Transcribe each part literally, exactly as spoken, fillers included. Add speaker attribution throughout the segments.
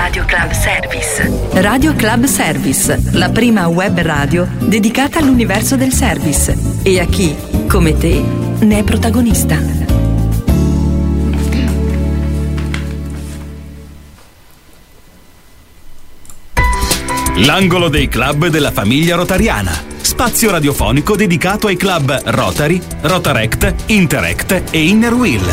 Speaker 1: Radio Club Service. Radio Club Service, la prima web radio dedicata all'universo del service e a chi, come te, ne è protagonista.
Speaker 2: L'angolo dei club della famiglia rotariana. Spazio radiofonico dedicato ai club Rotary, Rotarect, Interact e Inner Wheel.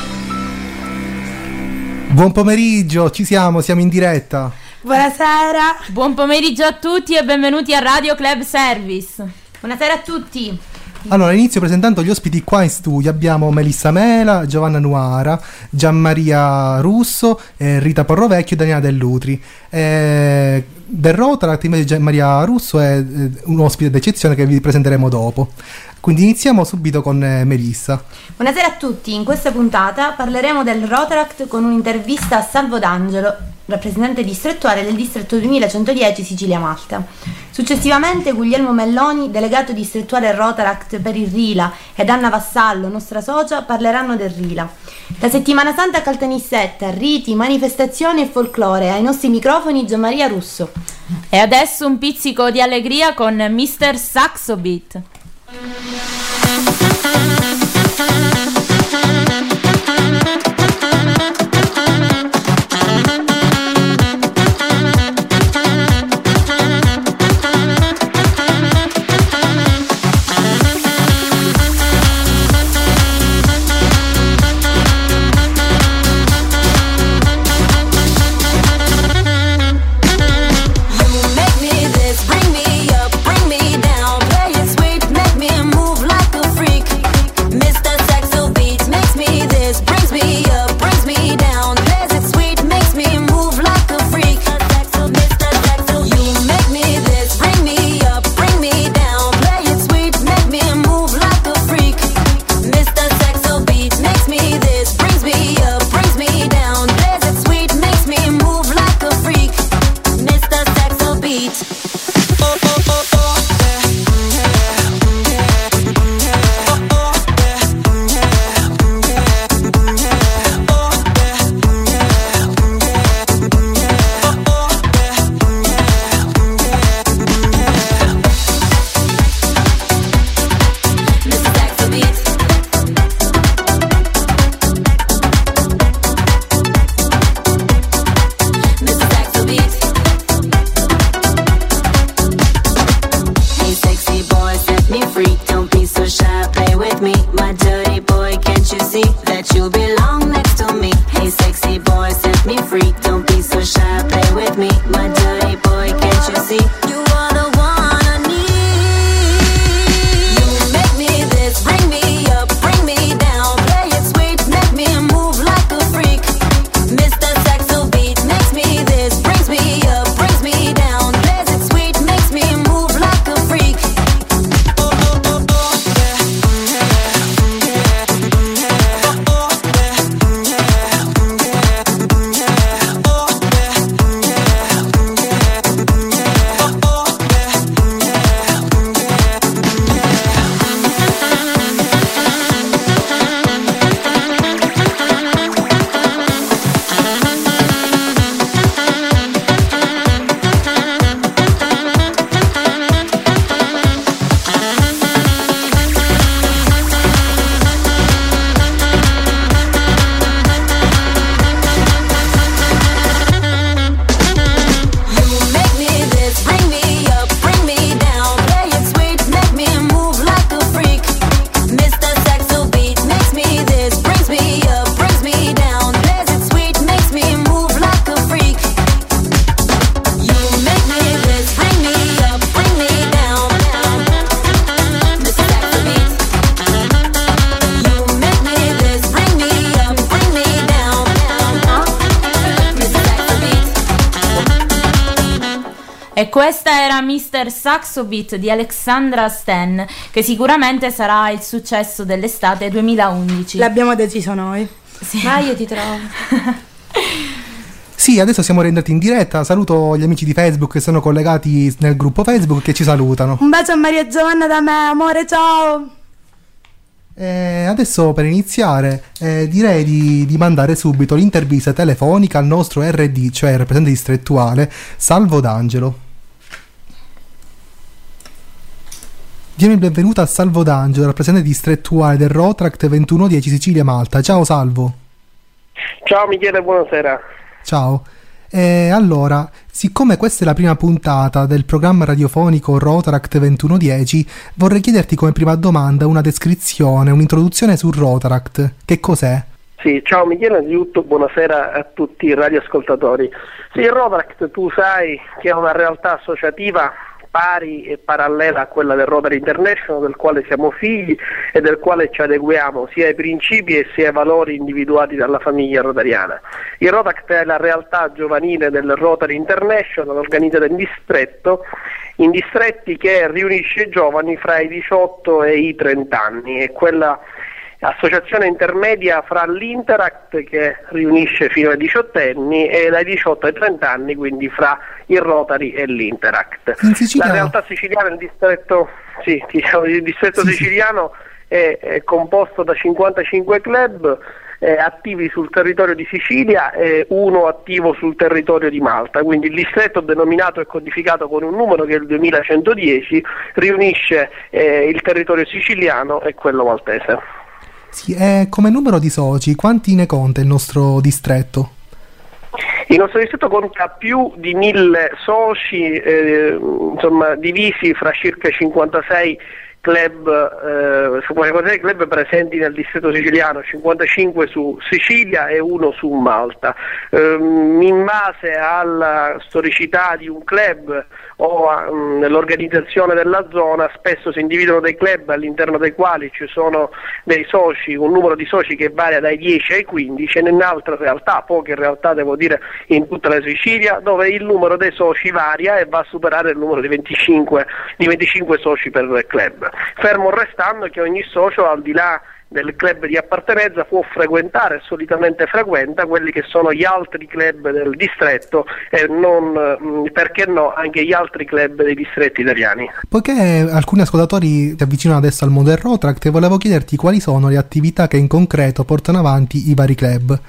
Speaker 3: Buon pomeriggio, ci siamo, siamo in diretta.
Speaker 4: Buonasera.
Speaker 5: Buon pomeriggio a tutti e benvenuti a Radio Club Service. Buonasera a tutti.
Speaker 3: Allora, inizio presentando gli ospiti qua in studio. Abbiamo Melissa Mela, Giovanna Nuara, Gianmaria Russo, eh, Rita Porrovecchio e Daniela Dell'Utri. Eh, del Rotaract invece Gianmaria Russo è eh, un ospite d'eccezione che vi presenteremo dopo. Quindi iniziamo subito con eh, Melissa.
Speaker 5: Buonasera a tutti, in questa puntata parleremo del Rotaract con un'intervista a Salvo D'Angelo, rappresentante distrettuale del distretto duemilacentodieci Sicilia-Malta. Successivamente Guglielmo Melloni, delegato distrettuale Rotaract per il Rila, ed Anna Vassallo, nostra socia, parleranno del Rila. La settimana santa a Caltanissetta, riti, manifestazioni e folklore, ai nostri microfoni Gianmaria Russo. E adesso un pizzico di allegria con mister Saxo Beat. E questa era mister Saxo Beat di Alexandra Sten, che sicuramente sarà il successo dell'estate duemilaundici.
Speaker 4: L'abbiamo deciso noi.
Speaker 5: Sì. Ma io ti trovo.
Speaker 3: Sì, adesso siamo rientrati in diretta. Saluto gli amici di Facebook che sono collegati nel gruppo Facebook che ci salutano.
Speaker 4: Un bacio a Maria Giovanna da me, amore, ciao.
Speaker 3: Eh, adesso per iniziare eh, direi di, di mandare subito l'intervista telefonica al nostro R D, cioè il rappresentante distrettuale Salvo D'Angelo. Diamo il benvenuto a Salvo D'Angelo, rappresentante distrettuale del Rotaract ventuno dieci Sicilia Malta. Ciao Salvo.
Speaker 6: Ciao Michele, buonasera.
Speaker 3: Ciao. E allora, siccome questa è la prima puntata del programma radiofonico Rotaract ventuno dieci, vorrei chiederti come prima domanda una descrizione, un'introduzione sul Rotaract. Che cos'è?
Speaker 6: Sì, ciao Michele, innanzitutto buonasera a tutti i radioascoltatori. Sì, il Rotaract tu sai che è una realtà associativa pari e parallela a quella del Rotary International, del quale siamo figli e del quale ci adeguiamo sia ai principi e sia ai valori individuati dalla famiglia rotariana. Il Rotaract è la realtà giovanile del Rotary International, organizzata in distretto, in distretti che riunisce i giovani fra i diciotto e i trenta anni, è quella associazione intermedia fra l'Interact che riunisce fino ai diciottenni e dai diciotto ai trenta anni, quindi fra il Rotary e l'Interact.
Speaker 3: Sicilia...
Speaker 6: La realtà siciliana, il distretto, sì, diciamo, il distretto sì, siciliano sì. È, è composto da cinquantacinque club eh, attivi sul territorio di Sicilia e uno attivo sul territorio di Malta, quindi il distretto denominato e codificato con un numero che è il duemilacentodieci riunisce eh, il territorio siciliano e quello maltese.
Speaker 3: Sì, e come numero di soci, quanti ne conta il nostro distretto?
Speaker 6: Il nostro distretto conta più di mille soci, eh, insomma, divisi fra circa cinquantasei club, eh, cinquantasei club presenti nel distretto siciliano, cinquantacinque su Sicilia e uno su Malta. Eh, in base alla storicità di un club o nell'organizzazione della zona, spesso si individuano dei club all'interno dei quali ci sono dei soci, un numero di soci che varia dai dieci ai quindici, e in altre realtà, poche realtà devo dire in tutta la Sicilia, dove il numero dei soci varia e va a superare il numero di venticinque, di venticinque soci per club. Fermo restando che ogni socio, al di là del club di appartenenza, può frequentare, solitamente frequenta quelli che sono gli altri club del distretto e non, perché no, anche gli altri club dei distretti italiani.
Speaker 3: Poiché alcuni ascoltatori si avvicinano adesso al mondo del Rotaract, volevo chiederti quali sono le attività che in concreto portano avanti i vari club.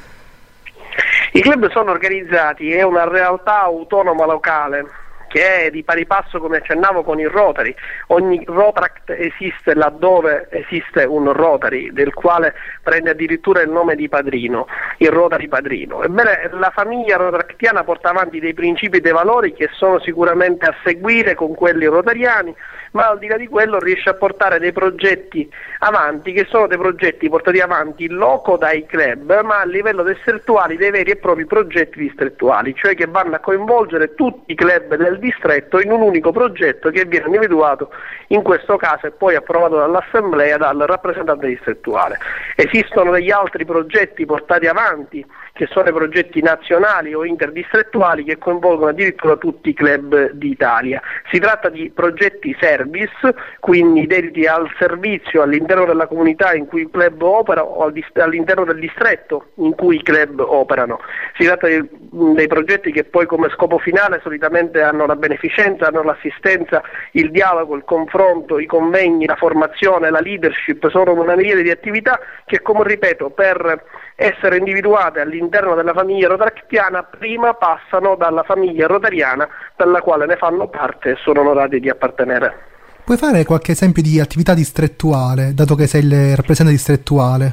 Speaker 6: I club sono organizzati, è una realtà autonoma locale che è di pari passo, come accennavo, con il Rotary. Ogni Rotaract esiste laddove esiste un Rotary, del quale prende addirittura il nome di padrino, il Rotary padrino. Ebbene, la famiglia rotaractiana porta avanti dei principi e dei valori che sono sicuramente a seguire con quelli rotariani, ma al di là di quello riesce a portare dei progetti avanti, che sono dei progetti portati avanti in loco dai club, ma a livello distrettuali dei veri e propri progetti distrettuali, cioè che vanno a coinvolgere tutti i club del distretto in un unico progetto che viene individuato, in questo caso e poi approvato dall'assemblea, dal rappresentante distrettuale. Esistono degli altri progetti portati avanti che sono i progetti nazionali o interdistrettuali che coinvolgono addirittura tutti i club d'Italia. Si tratta di progetti service, quindi dediti al servizio all'interno della comunità in cui il club opera o al dist- all'interno del distretto in cui i club operano. Si tratta di, dei progetti che poi come scopo finale solitamente hanno la beneficenza, hanno l'assistenza, il dialogo, il confronto, i convegni, la formazione, la leadership, sono una miriade di attività che, come ripeto, per essere individuate all'interno della famiglia rotaractiana prima passano dalla famiglia rotariana dalla quale ne fanno parte e sono onorati di appartenere.
Speaker 3: Puoi fare qualche esempio di attività distrettuale, dato che sei il rappresentante distrettuale?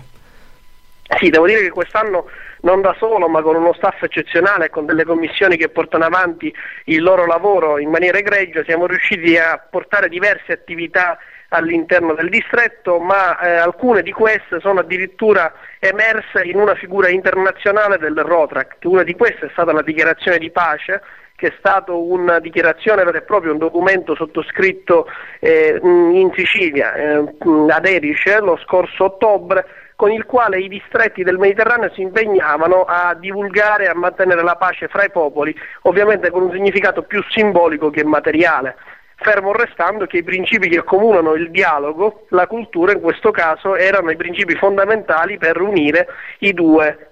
Speaker 6: Sì, devo dire che quest'anno non da solo, ma con uno staff eccezionale e con delle commissioni che portano avanti il loro lavoro in maniera egregia, siamo riusciti a portare diverse attività all'interno del distretto, ma eh, alcune di queste sono addirittura emerse in una figura internazionale del Rotaract. Una di queste è stata la dichiarazione di pace, che è stato una dichiarazione vera e propria, un documento sottoscritto eh, in Sicilia, eh, ad Erice, lo scorso ottobre, con il quale i distretti del Mediterraneo si impegnavano a divulgare e a mantenere la pace fra i popoli, ovviamente con un significato più simbolico che materiale. Fermo restando che i principi che accomunano il dialogo, la cultura in questo caso, erano i principi fondamentali per unire i due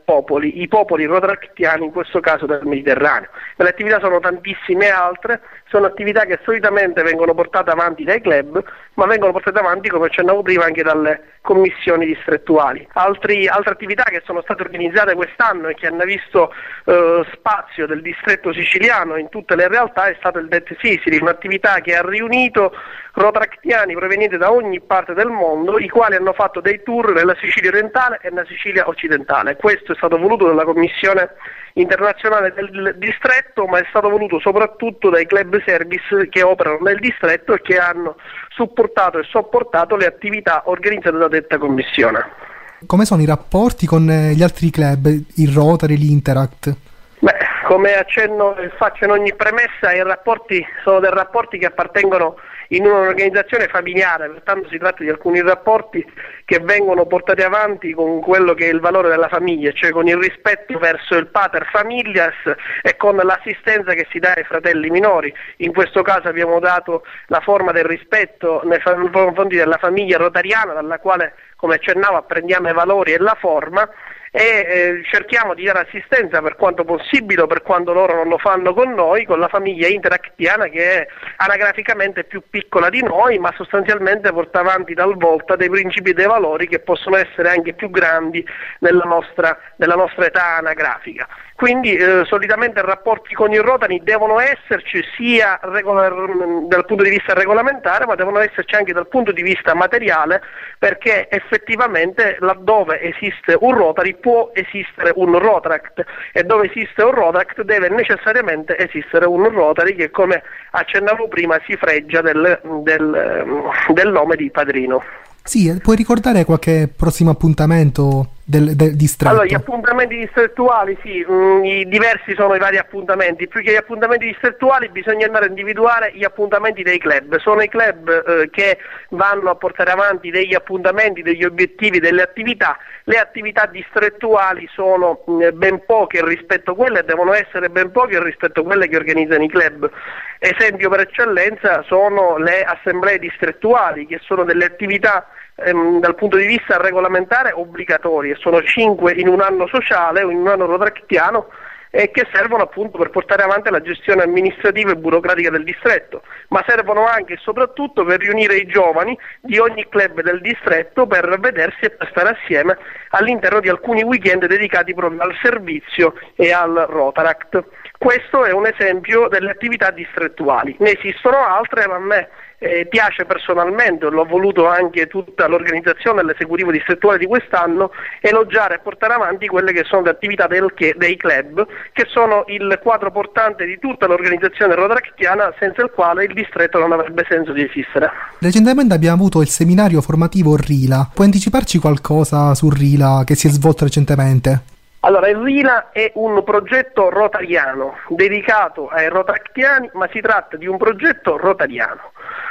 Speaker 6: popoli, i popoli rotaractiani, in questo caso del Mediterraneo. Le attività sono tantissime altre, sono attività che solitamente vengono portate avanti dai club, ma vengono portate avanti, come accennavo prima, anche dalle commissioni distrettuali. Altri, altre attività che sono state organizzate quest'anno e che hanno visto eh, spazio del distretto siciliano in tutte le realtà è stato il Det Sicily, un'attività che ha riunito rotaractiani provenienti da ogni parte del mondo, i quali hanno fatto dei tour nella Sicilia orientale e nella Sicilia occidentale. Questo è stato voluto dalla Commissione internazionale del distretto, ma è stato voluto soprattutto dai club service che operano nel distretto e che hanno supportato e sopportato le attività organizzate da detta commissione.
Speaker 3: Come sono i rapporti con gli altri club, il Rotary, l'Interact?
Speaker 6: Beh, come accenno e faccio in ogni premessa, i rapporti sono dei rapporti che appartengono in un'organizzazione familiare, pertanto si tratta di alcuni rapporti che vengono portati avanti con quello che è il valore della famiglia, cioè con il rispetto verso il pater familias e con l'assistenza che si dà ai fratelli minori. In questo caso abbiamo dato la forma del rispetto nei confronti della famiglia rotariana, dalla quale, come accennavo, apprendiamo i valori e la forma, e eh, cerchiamo di dare assistenza per quanto possibile, per quanto loro non lo fanno con noi, con la famiglia interactiana, che è anagraficamente più piccola di noi, ma sostanzialmente porta avanti talvolta dei principi e dei valori che possono essere anche più grandi nella nostra, nella nostra età anagrafica. Quindi eh, solitamente rapporti con i Rotary devono esserci sia regolar- dal punto di vista regolamentare, ma devono esserci anche dal punto di vista materiale, perché effettivamente laddove esiste un Rotary può esistere un Rotaract, e dove esiste un Rotaract deve necessariamente esistere un Rotary che, come accennavo prima, si fregia del, del, del nome di padrino.
Speaker 3: Sì, puoi ricordare qualche prossimo appuntamento del, del distretto?
Speaker 6: Allora, gli appuntamenti distrettuali, sì, mh, i diversi sono i vari appuntamenti. Più che gli appuntamenti distrettuali bisogna andare a individuare gli appuntamenti dei club. Sono i club eh, che vanno a portare avanti degli appuntamenti, degli obiettivi, delle attività. Le attività distrettuali sono mh, ben poche rispetto a quelle, devono essere ben poche rispetto a quelle che organizzano i club. Esempio per eccellenza sono le assemblee distrettuali, che sono delle attività ehm, dal punto di vista regolamentare obbligatorie. Sono cinque in un anno sociale o in un anno rotaractiano, e che servono appunto per portare avanti la gestione amministrativa e burocratica del distretto, ma servono anche e soprattutto per riunire i giovani di ogni club del distretto per vedersi e per stare assieme all'interno di alcuni weekend dedicati proprio al servizio e al Rotaract. Questo è un esempio delle attività distrettuali. Ne esistono altre, ma a me eh, piace personalmente, l'ho voluto anche tutta l'organizzazione dell'esecutivo distrettuale di quest'anno, elogiare e portare avanti quelle che sono le attività del, dei club, che sono il quadro portante di tutta l'organizzazione rotaractiana, senza il quale il distretto non avrebbe senso di esistere.
Speaker 3: Recentemente abbiamo avuto il seminario formativo RILA. Puoi anticiparci qualcosa su RILA che si è svolto recentemente?
Speaker 6: Allora, il RILA è un progetto rotariano dedicato ai rotaractiani, ma si tratta di un progetto rotariano.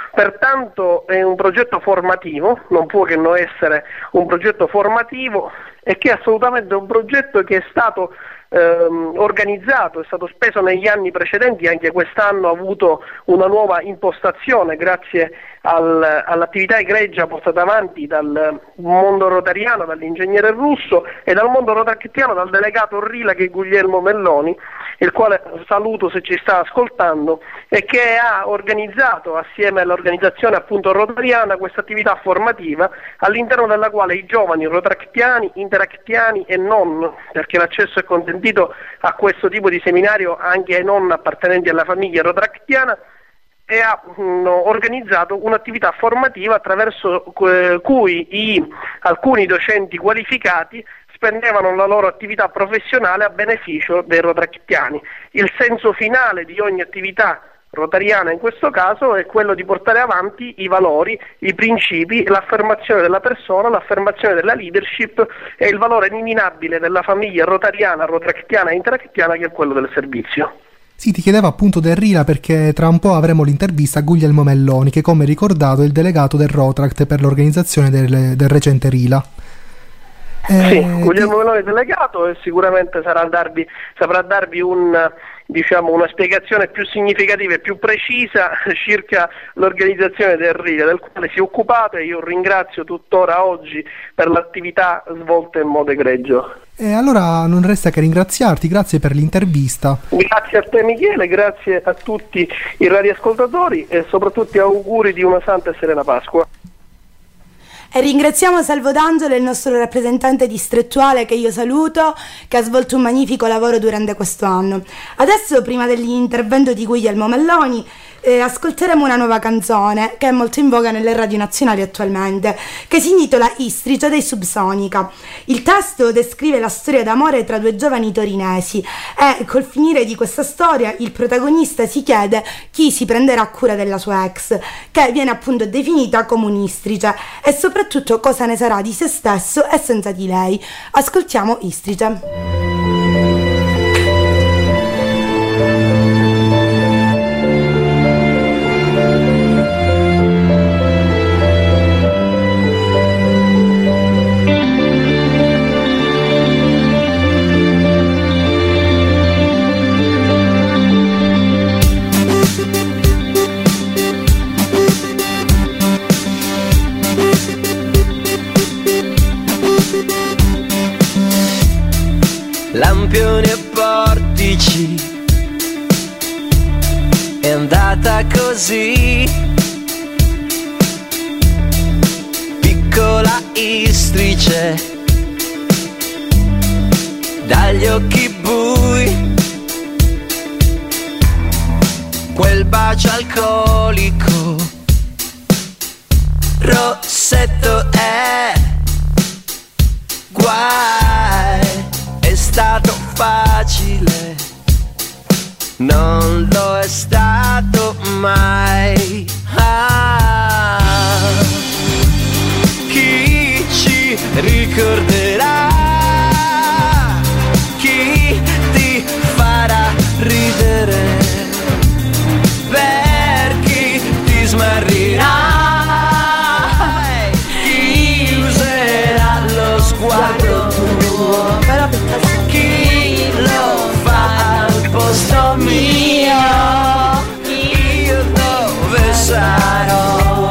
Speaker 6: Pertanto è un progetto formativo, non può che non essere un progetto formativo, e che è assolutamente un progetto che è stato ehm, organizzato, è stato speso negli anni precedenti, anche quest'anno ha avuto una nuova impostazione grazie al, all'attività egregia portata avanti dal mondo rotariano, dall'ingegnere Russo, e dal mondo rotaractiano dal delegato RILA, che è Guglielmo Melloni, il quale saluto se ci sta ascoltando, e che ha organizzato assieme all'organizzazione appunto rotariana questa attività formativa, all'interno della quale i giovani rotaractiani, interactiani e non, perché l'accesso è consentito a questo tipo di seminario anche ai non appartenenti alla famiglia rotaractiana, e ha mh, organizzato un'attività formativa attraverso eh, cui i, alcuni docenti qualificati spendevano la loro attività professionale a beneficio dei rotaractiani. Il senso finale di ogni attività rotariana in questo caso è quello di portare avanti i valori, i principi, l'affermazione della persona, l'affermazione della leadership e il valore ineliminabile della famiglia rotariana, rotaractiana e interactiana, che è quello del servizio.
Speaker 3: Sì, ti chiedevo appunto del RILA perché tra un po' avremo l'intervista a Guglielmo Melloni, che come ricordato è il delegato del Rotaract per l'organizzazione del, del recente RILA.
Speaker 6: Eh, sì, Guglielmo Melloni è delegato e sicuramente sarà darvi, saprà darvi un, diciamo, una spiegazione più significativa e più precisa circa l'organizzazione del R I D, del quale si è occupato, e io ringrazio tuttora oggi per l'attività svolta in modo egregio.
Speaker 3: E allora non resta che ringraziarti, grazie per l'intervista.
Speaker 6: Grazie a te Michele, grazie a tutti i radioascoltatori e soprattutto auguri di una santa e serena Pasqua.
Speaker 4: E ringraziamo Salvo D'Angelo, il nostro rappresentante distrettuale, che io saluto, che ha svolto un magnifico lavoro durante questo anno. Adesso, prima dell'intervento di Guglielmo Melloni, eh, ascolteremo una nuova canzone che è molto in voga nelle radio nazionali attualmente, che si intitola Istrice dei Subsonica. Il testo descrive la storia d'amore tra due giovani torinesi e col finire di questa storia il protagonista si chiede chi si prenderà cura della sua ex, che viene appunto definita come un'istrice, e soprattutto cosa ne sarà di se stesso e senza di lei. Ascoltiamo Istrice.
Speaker 7: Lampioni e portici, è andata così. Piccola istrice, dagli occhi bui, quel bacio alcolico, rossetto è guai. È stato facile, non lo è stato mai. Ah, chi ci ricorderà? Chi ti farà ridere? Per chi ti smarrirà? Chi userà lo sguardo tuo? Chi lo fa al posto mio? Io dove sarò?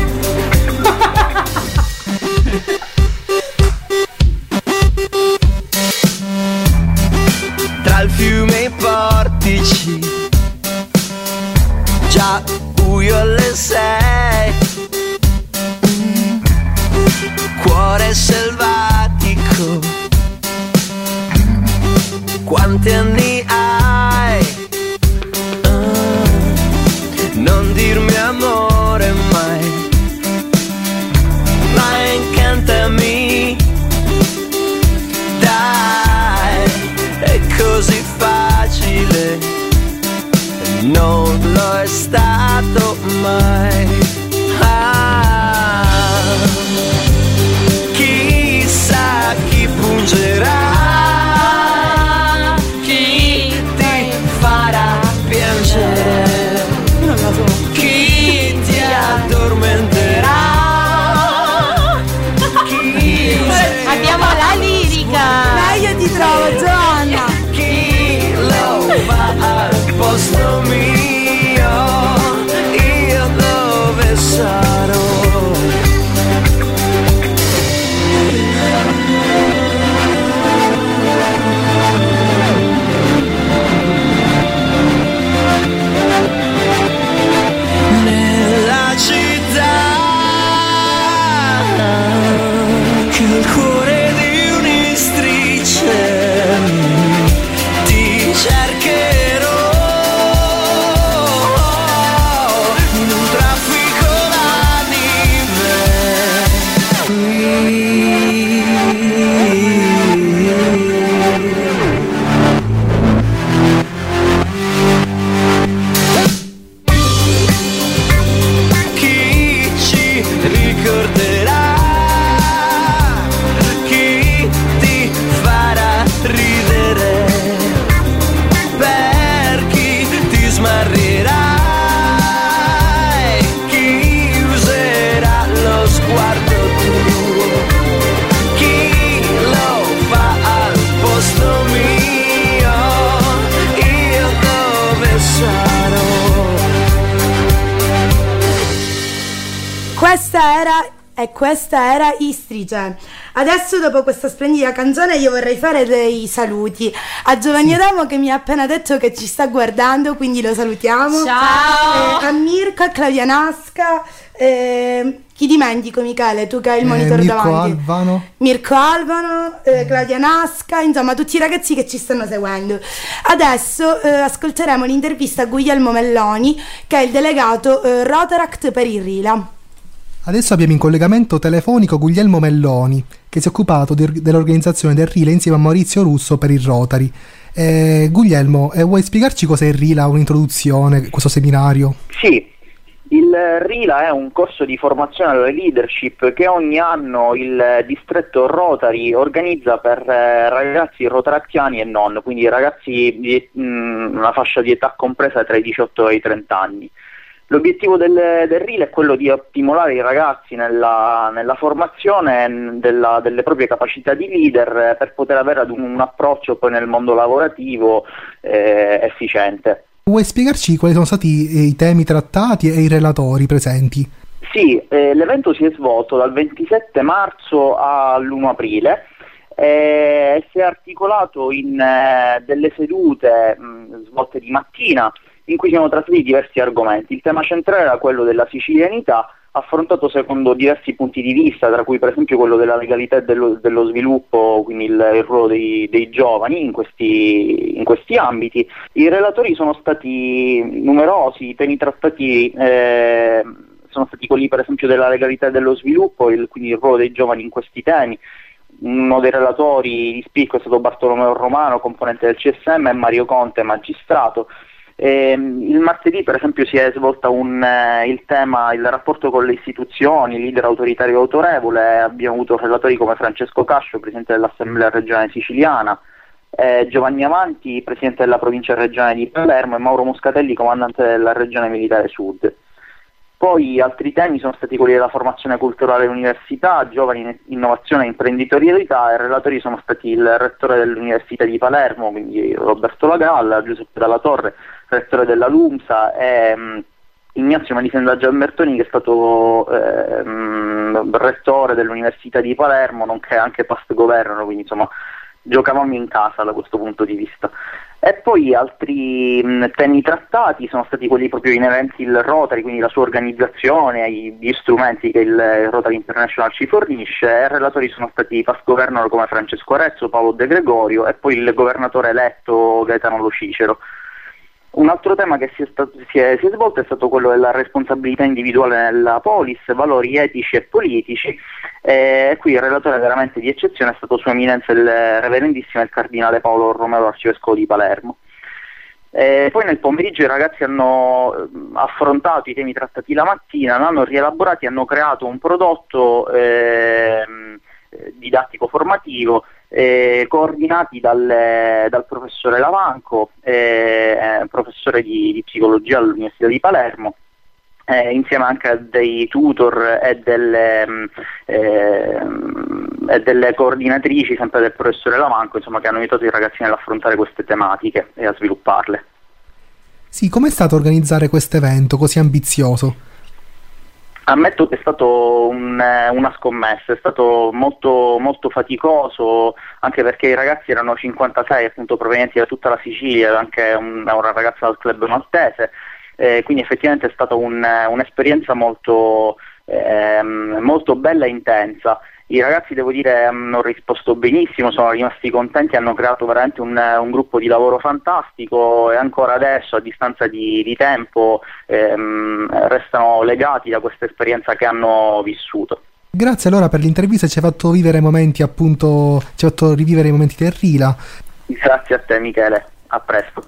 Speaker 7: Tra il fiume e i portici, già buio alle sei, cuore selvatico. Quanti anni hai? Uh, non dirmi amore mai, ma incantami. Dai, è così facile, non lo è stato mai. Ah, chissà chi pungerà, chi ti addormenterà, chi
Speaker 5: abbiamo la lirica.
Speaker 4: Meglio ti trovo, Giovanna.
Speaker 7: Chi lo fa al posto mio? Io dove sarò?
Speaker 4: era e questa era Istrice. Adesso, dopo questa splendida canzone, io vorrei fare dei saluti a Giovanni sì. Adamo, che mi ha appena detto che ci sta guardando, quindi lo salutiamo.
Speaker 5: Ciao!
Speaker 4: Eh, a Mirko, a Claudia Nasca, eh, chi dimentico, Michele, tu che hai il monitor
Speaker 3: eh, Mirko
Speaker 4: davanti.
Speaker 3: Alvano.
Speaker 4: Mirko Alvano, eh, Claudia Nasca, insomma tutti i ragazzi che ci stanno seguendo. Adesso eh, ascolteremo l'intervista a Guglielmo Melloni, che è il delegato eh, Rotaract per il Rila.
Speaker 3: Adesso abbiamo in collegamento telefonico Guglielmo Melloni, che si è occupato di, dell'organizzazione del Rila insieme a Maurizio Russo per il Rotary. Eh, Guglielmo, eh, vuoi spiegarci cos'è il Rila, un'introduzione, questo seminario?
Speaker 8: Sì, il Rila è un corso di formazione alla leadership che ogni anno il distretto Rotary organizza per eh, ragazzi rotaractiani e non, quindi ragazzi di mh, una fascia di età compresa tra i diciotto e i trenta anni. L'obiettivo del, del Rila è quello di stimolare i ragazzi nella, nella formazione della, delle proprie capacità di leader per poter avere ad un, un approccio poi nel mondo lavorativo eh, efficiente.
Speaker 3: Vuoi spiegarci quali sono stati i temi trattati e i relatori presenti?
Speaker 8: Sì, eh, l'evento si è svolto dal ventisette marzo all'primo aprile e eh, si è articolato in eh, delle sedute mh, svolte di mattina, in cui siamo trattati diversi argomenti. Il tema centrale era quello della sicilianità, affrontato secondo diversi punti di vista, tra cui per esempio quello della legalità e dello, dello sviluppo, quindi il, il ruolo dei, dei giovani in questi, in questi ambiti. I relatori sono stati numerosi, i temi trattati eh, sono stati quelli per esempio della legalità e dello sviluppo, il, quindi il ruolo dei giovani in questi temi. Uno dei relatori di spicco è stato Bartolomeo Romano, componente del C S M, e Mario Conte, magistrato. Eh, il martedì per esempio si è svolta un, eh, il tema il rapporto con le istituzioni, leader autoritario autorevole. Abbiamo avuto relatori come Francesco Cascio, presidente dell'Assemblea regionale siciliana, eh, Giovanni Amanti, presidente della provincia regionale di Palermo, e Mauro Muscatelli, comandante della regione militare sud. Poi altri temi sono stati quelli della formazione culturale all'università, giovani, innovazione e imprenditorialità, e relatori sono stati il rettore dell'Università di Palermo, quindi Roberto Lagalla, Giuseppe Dalla Torre, rettore della LUMSA, e um, Ignazio Manisenda Giambertoni, che è stato eh, um, rettore dell'Università di Palermo, nonché anche past governo, quindi insomma giocavamo in casa da questo punto di vista. E poi altri mh, temi trattati sono stati quelli proprio inerenti al Rotary, quindi la sua organizzazione, gli strumenti che il Rotary International ci fornisce. E relatori sono stati past governor come Francesco Arezzo, Paolo De Gregorio, e poi il governatore eletto Gaetano Lo Cicero. Un altro tema che si è, stato, si, è, si è svolto è stato quello della responsabilità individuale nella polis, valori etici e politici, e qui il relatore veramente di eccezione è stato Sua Eminenza il Reverendissimo il Cardinale Paolo Romero, Arcivescovo di Palermo. E poi nel pomeriggio i ragazzi hanno affrontato i temi trattati la mattina, hanno rielaborati, hanno creato un prodotto eh, didattico formativo, Eh, coordinati dal, dal professore Lavanco, eh, professore di, di psicologia all'Università di Palermo, eh, insieme anche a dei tutor e delle, eh, e delle coordinatrici sempre del professore Lavanco, insomma, che hanno aiutato i ragazzi nell'affrontare queste tematiche e a svilupparle.
Speaker 3: Sì, com'è stato organizzare questo evento così ambizioso?
Speaker 8: Ammetto che è stato un, una scommessa, è stato molto, molto faticoso, anche perché i ragazzi erano cinquantasei, appunto, provenienti da tutta la Sicilia, anche un, una ragazza del club maltese, eh, quindi effettivamente è stata un, un'esperienza molto, eh, molto bella e intensa. I ragazzi, devo dire, hanno risposto benissimo, sono rimasti contenti, hanno creato veramente un, un gruppo di lavoro fantastico, e ancora adesso, a distanza di, di tempo, ehm, restano legati da questa esperienza che hanno vissuto.
Speaker 3: Grazie allora per l'intervista, ci hai fatto vivere momenti, appunto, ci hai fatto rivivere i momenti del Rila.
Speaker 8: Grazie a te, Michele, a presto.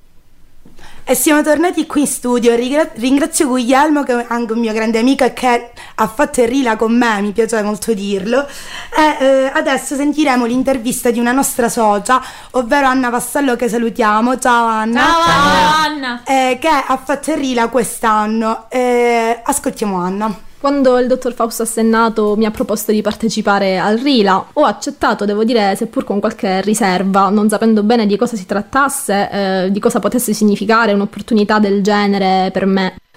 Speaker 4: E siamo tornati qui in studio. Ringrazio Guglielmo, che è anche un mio grande amico e che ha fatto il Rila con me, mi piace molto dirlo. E eh, adesso sentiremo l'intervista di una nostra socia, ovvero Anna Vassallo, che salutiamo. Ciao Anna.
Speaker 5: Ciao Anna.
Speaker 4: Eh, che ha fatto il Rila quest'anno. Eh, ascoltiamo Anna.
Speaker 9: Quando il dottor Fausto Assennato mi ha proposto di partecipare al Rila, ho accettato, devo dire, seppur con qualche riserva, non sapendo bene di cosa si trattasse, eh, di cosa potesse significare un'opportunità del genere per me.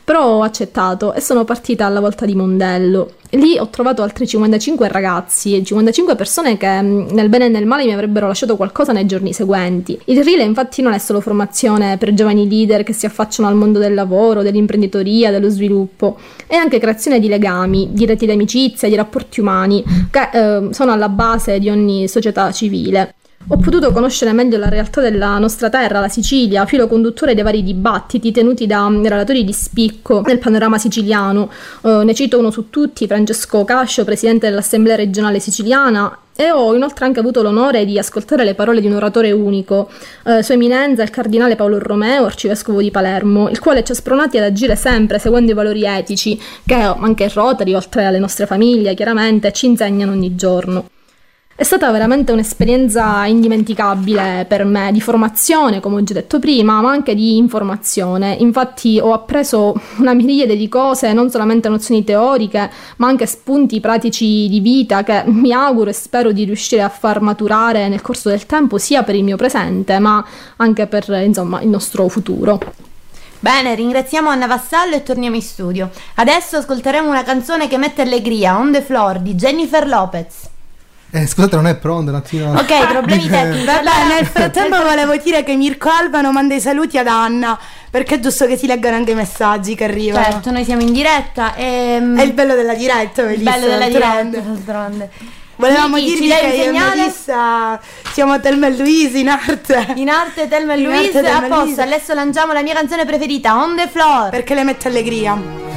Speaker 9: però ho accettato e sono partita alla volta di Mondello. Lì ho trovato altri cinquantacinque ragazzi, cinquantacinque persone che nel bene e nel male mi avrebbero lasciato qualcosa nei giorni seguenti. Il R I L infatti non è solo formazione per giovani leader che si affacciano al mondo del lavoro, dell'imprenditoria, dello sviluppo, è anche creazione di legami, di reti di amicizia, di rapporti umani che eh, sono alla base di ogni società civile. Ho potuto conoscere meglio la realtà della nostra terra, la Sicilia, filo conduttore dei vari dibattiti tenuti da relatori di spicco nel panorama siciliano. Eh, ne cito uno su tutti, Francesco Cascio, presidente dell'Assemblea regionale siciliana, e ho inoltre anche avuto l'onore di ascoltare le parole di un oratore unico, eh, Sua Eminenza il Cardinale Paolo Romeo, arcivescovo di Palermo, il quale ci ha spronati ad agire sempre seguendo i valori etici che anche il Rotary, oltre alle nostre famiglie, chiaramente, ci insegnano ogni giorno. È stata veramente un'esperienza indimenticabile per me, di formazione, come ho già detto prima, ma anche di informazione. Infatti ho appreso una miriade di cose, non solamente nozioni teoriche, ma anche spunti pratici di vita che mi auguro e spero di riuscire a far maturare nel corso del tempo, sia per il mio presente, ma anche per, insomma, il nostro futuro.
Speaker 5: Bene, ringraziamo Anna Vassallo e torniamo in studio. Adesso ascolteremo una canzone che mette allegria, On the Floor, di Jennifer Lopez.
Speaker 3: Eh, scusate, non è pronto un attimo.
Speaker 5: Ok, problemi tecnici.
Speaker 4: Vabbè, nel frattempo volevo dire che Mirko Albano manda i saluti ad Anna, perché è giusto che si leggano anche i messaggi che arrivano.
Speaker 5: Certo, noi siamo in diretta e...
Speaker 4: È il bello della diretta,
Speaker 5: il bello della diretta, d'altronde.
Speaker 4: Volevamo
Speaker 5: Miki,
Speaker 4: dirvi che io e Melissa siamo Telma e Louise in arte.
Speaker 5: In arte Telma e Louise, a posto. Adesso lanciamo la mia canzone preferita, On the Floor,
Speaker 4: perché le mette allegria.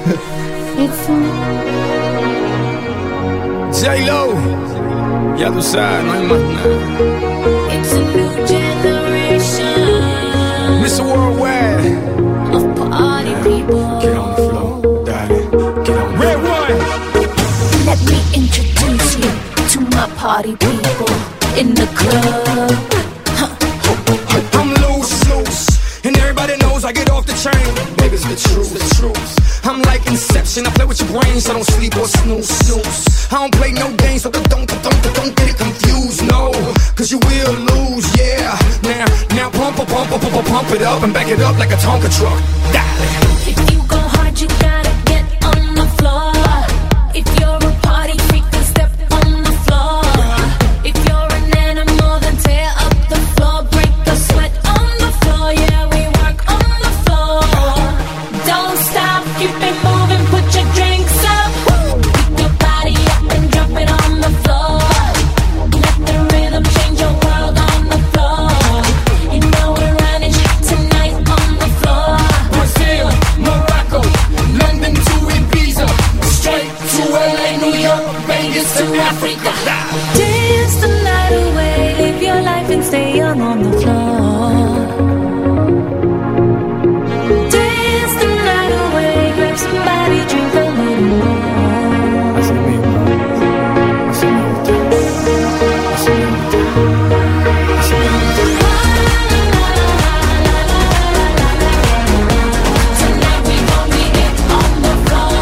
Speaker 10: J-Lo, ya tú sabes, no hay más nada.
Speaker 11: It's a new generation,
Speaker 10: mister Worldwide,
Speaker 11: of party people.
Speaker 10: Get on the floor, darling, get on. Red one.
Speaker 11: Let me introduce you to my party people in the club. Huh.
Speaker 10: I'm loose, loose, and everybody knows I get off the train. Baby, it's the truth, the truth. I'm like Inception, I play with your brains, so don't sleep or snooze, snooze. I don't play no games, so don't, don't, don't, don't get it confused, no, cause you will lose, yeah. Now, now pump, pump, pump, pump, pump it up and back it up like a Tonka truck. Dale.
Speaker 11: If you go hard, you gotta get on the floor. If you're a party freak, then step on the floor. If you're an animal, then tear up the floor. Break the sweat on the floor, yeah, we work on the floor. Don't stop, keep it moving, put your drinks up. Pick your body up and drop it on the floor. Let the rhythm change your world on the floor. You know we're running tonight on the floor.
Speaker 10: Brazil, Morocco, London to Ibiza, straight to L A, New York, Vegas to Africa.
Speaker 11: Dance the night away, live your life and stay young on the floor. Dance the night away, grab somebody, drink a little more.
Speaker 10: Así mismo, así me gusta, así me gusta, así me gusta.
Speaker 11: Tonight we gon' be it on the floor.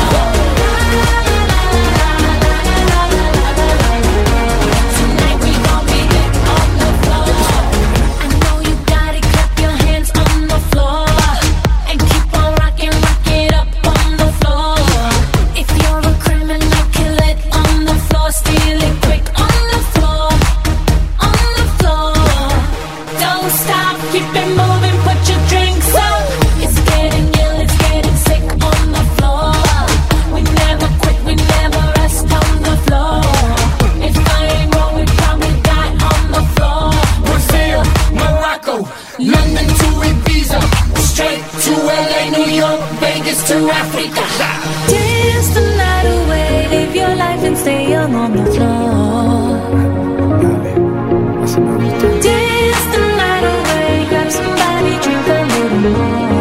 Speaker 11: Tonight we gon' be it on the floor. I know you got it, clap your hands on the floor. And keep on rocking, rock it up on the floor. If you're a criminal, kill it on the floor. Steal it quick on the floor. On the floor. Don't stop, keep it moving, put your drinks up. It's getting ill, it's getting sick on the floor. We never quit, we never rest on the floor. If I ain't wrong, we probably die on the floor.
Speaker 10: Brazil, Morocco, London to Ibiza, straight to L A, New York, Vegas to Africa.
Speaker 11: Dance the night away, live your life and stay young on the floor.
Speaker 10: Dale, así me gusta.
Speaker 11: Dance the night away, grab somebody, drink a little more.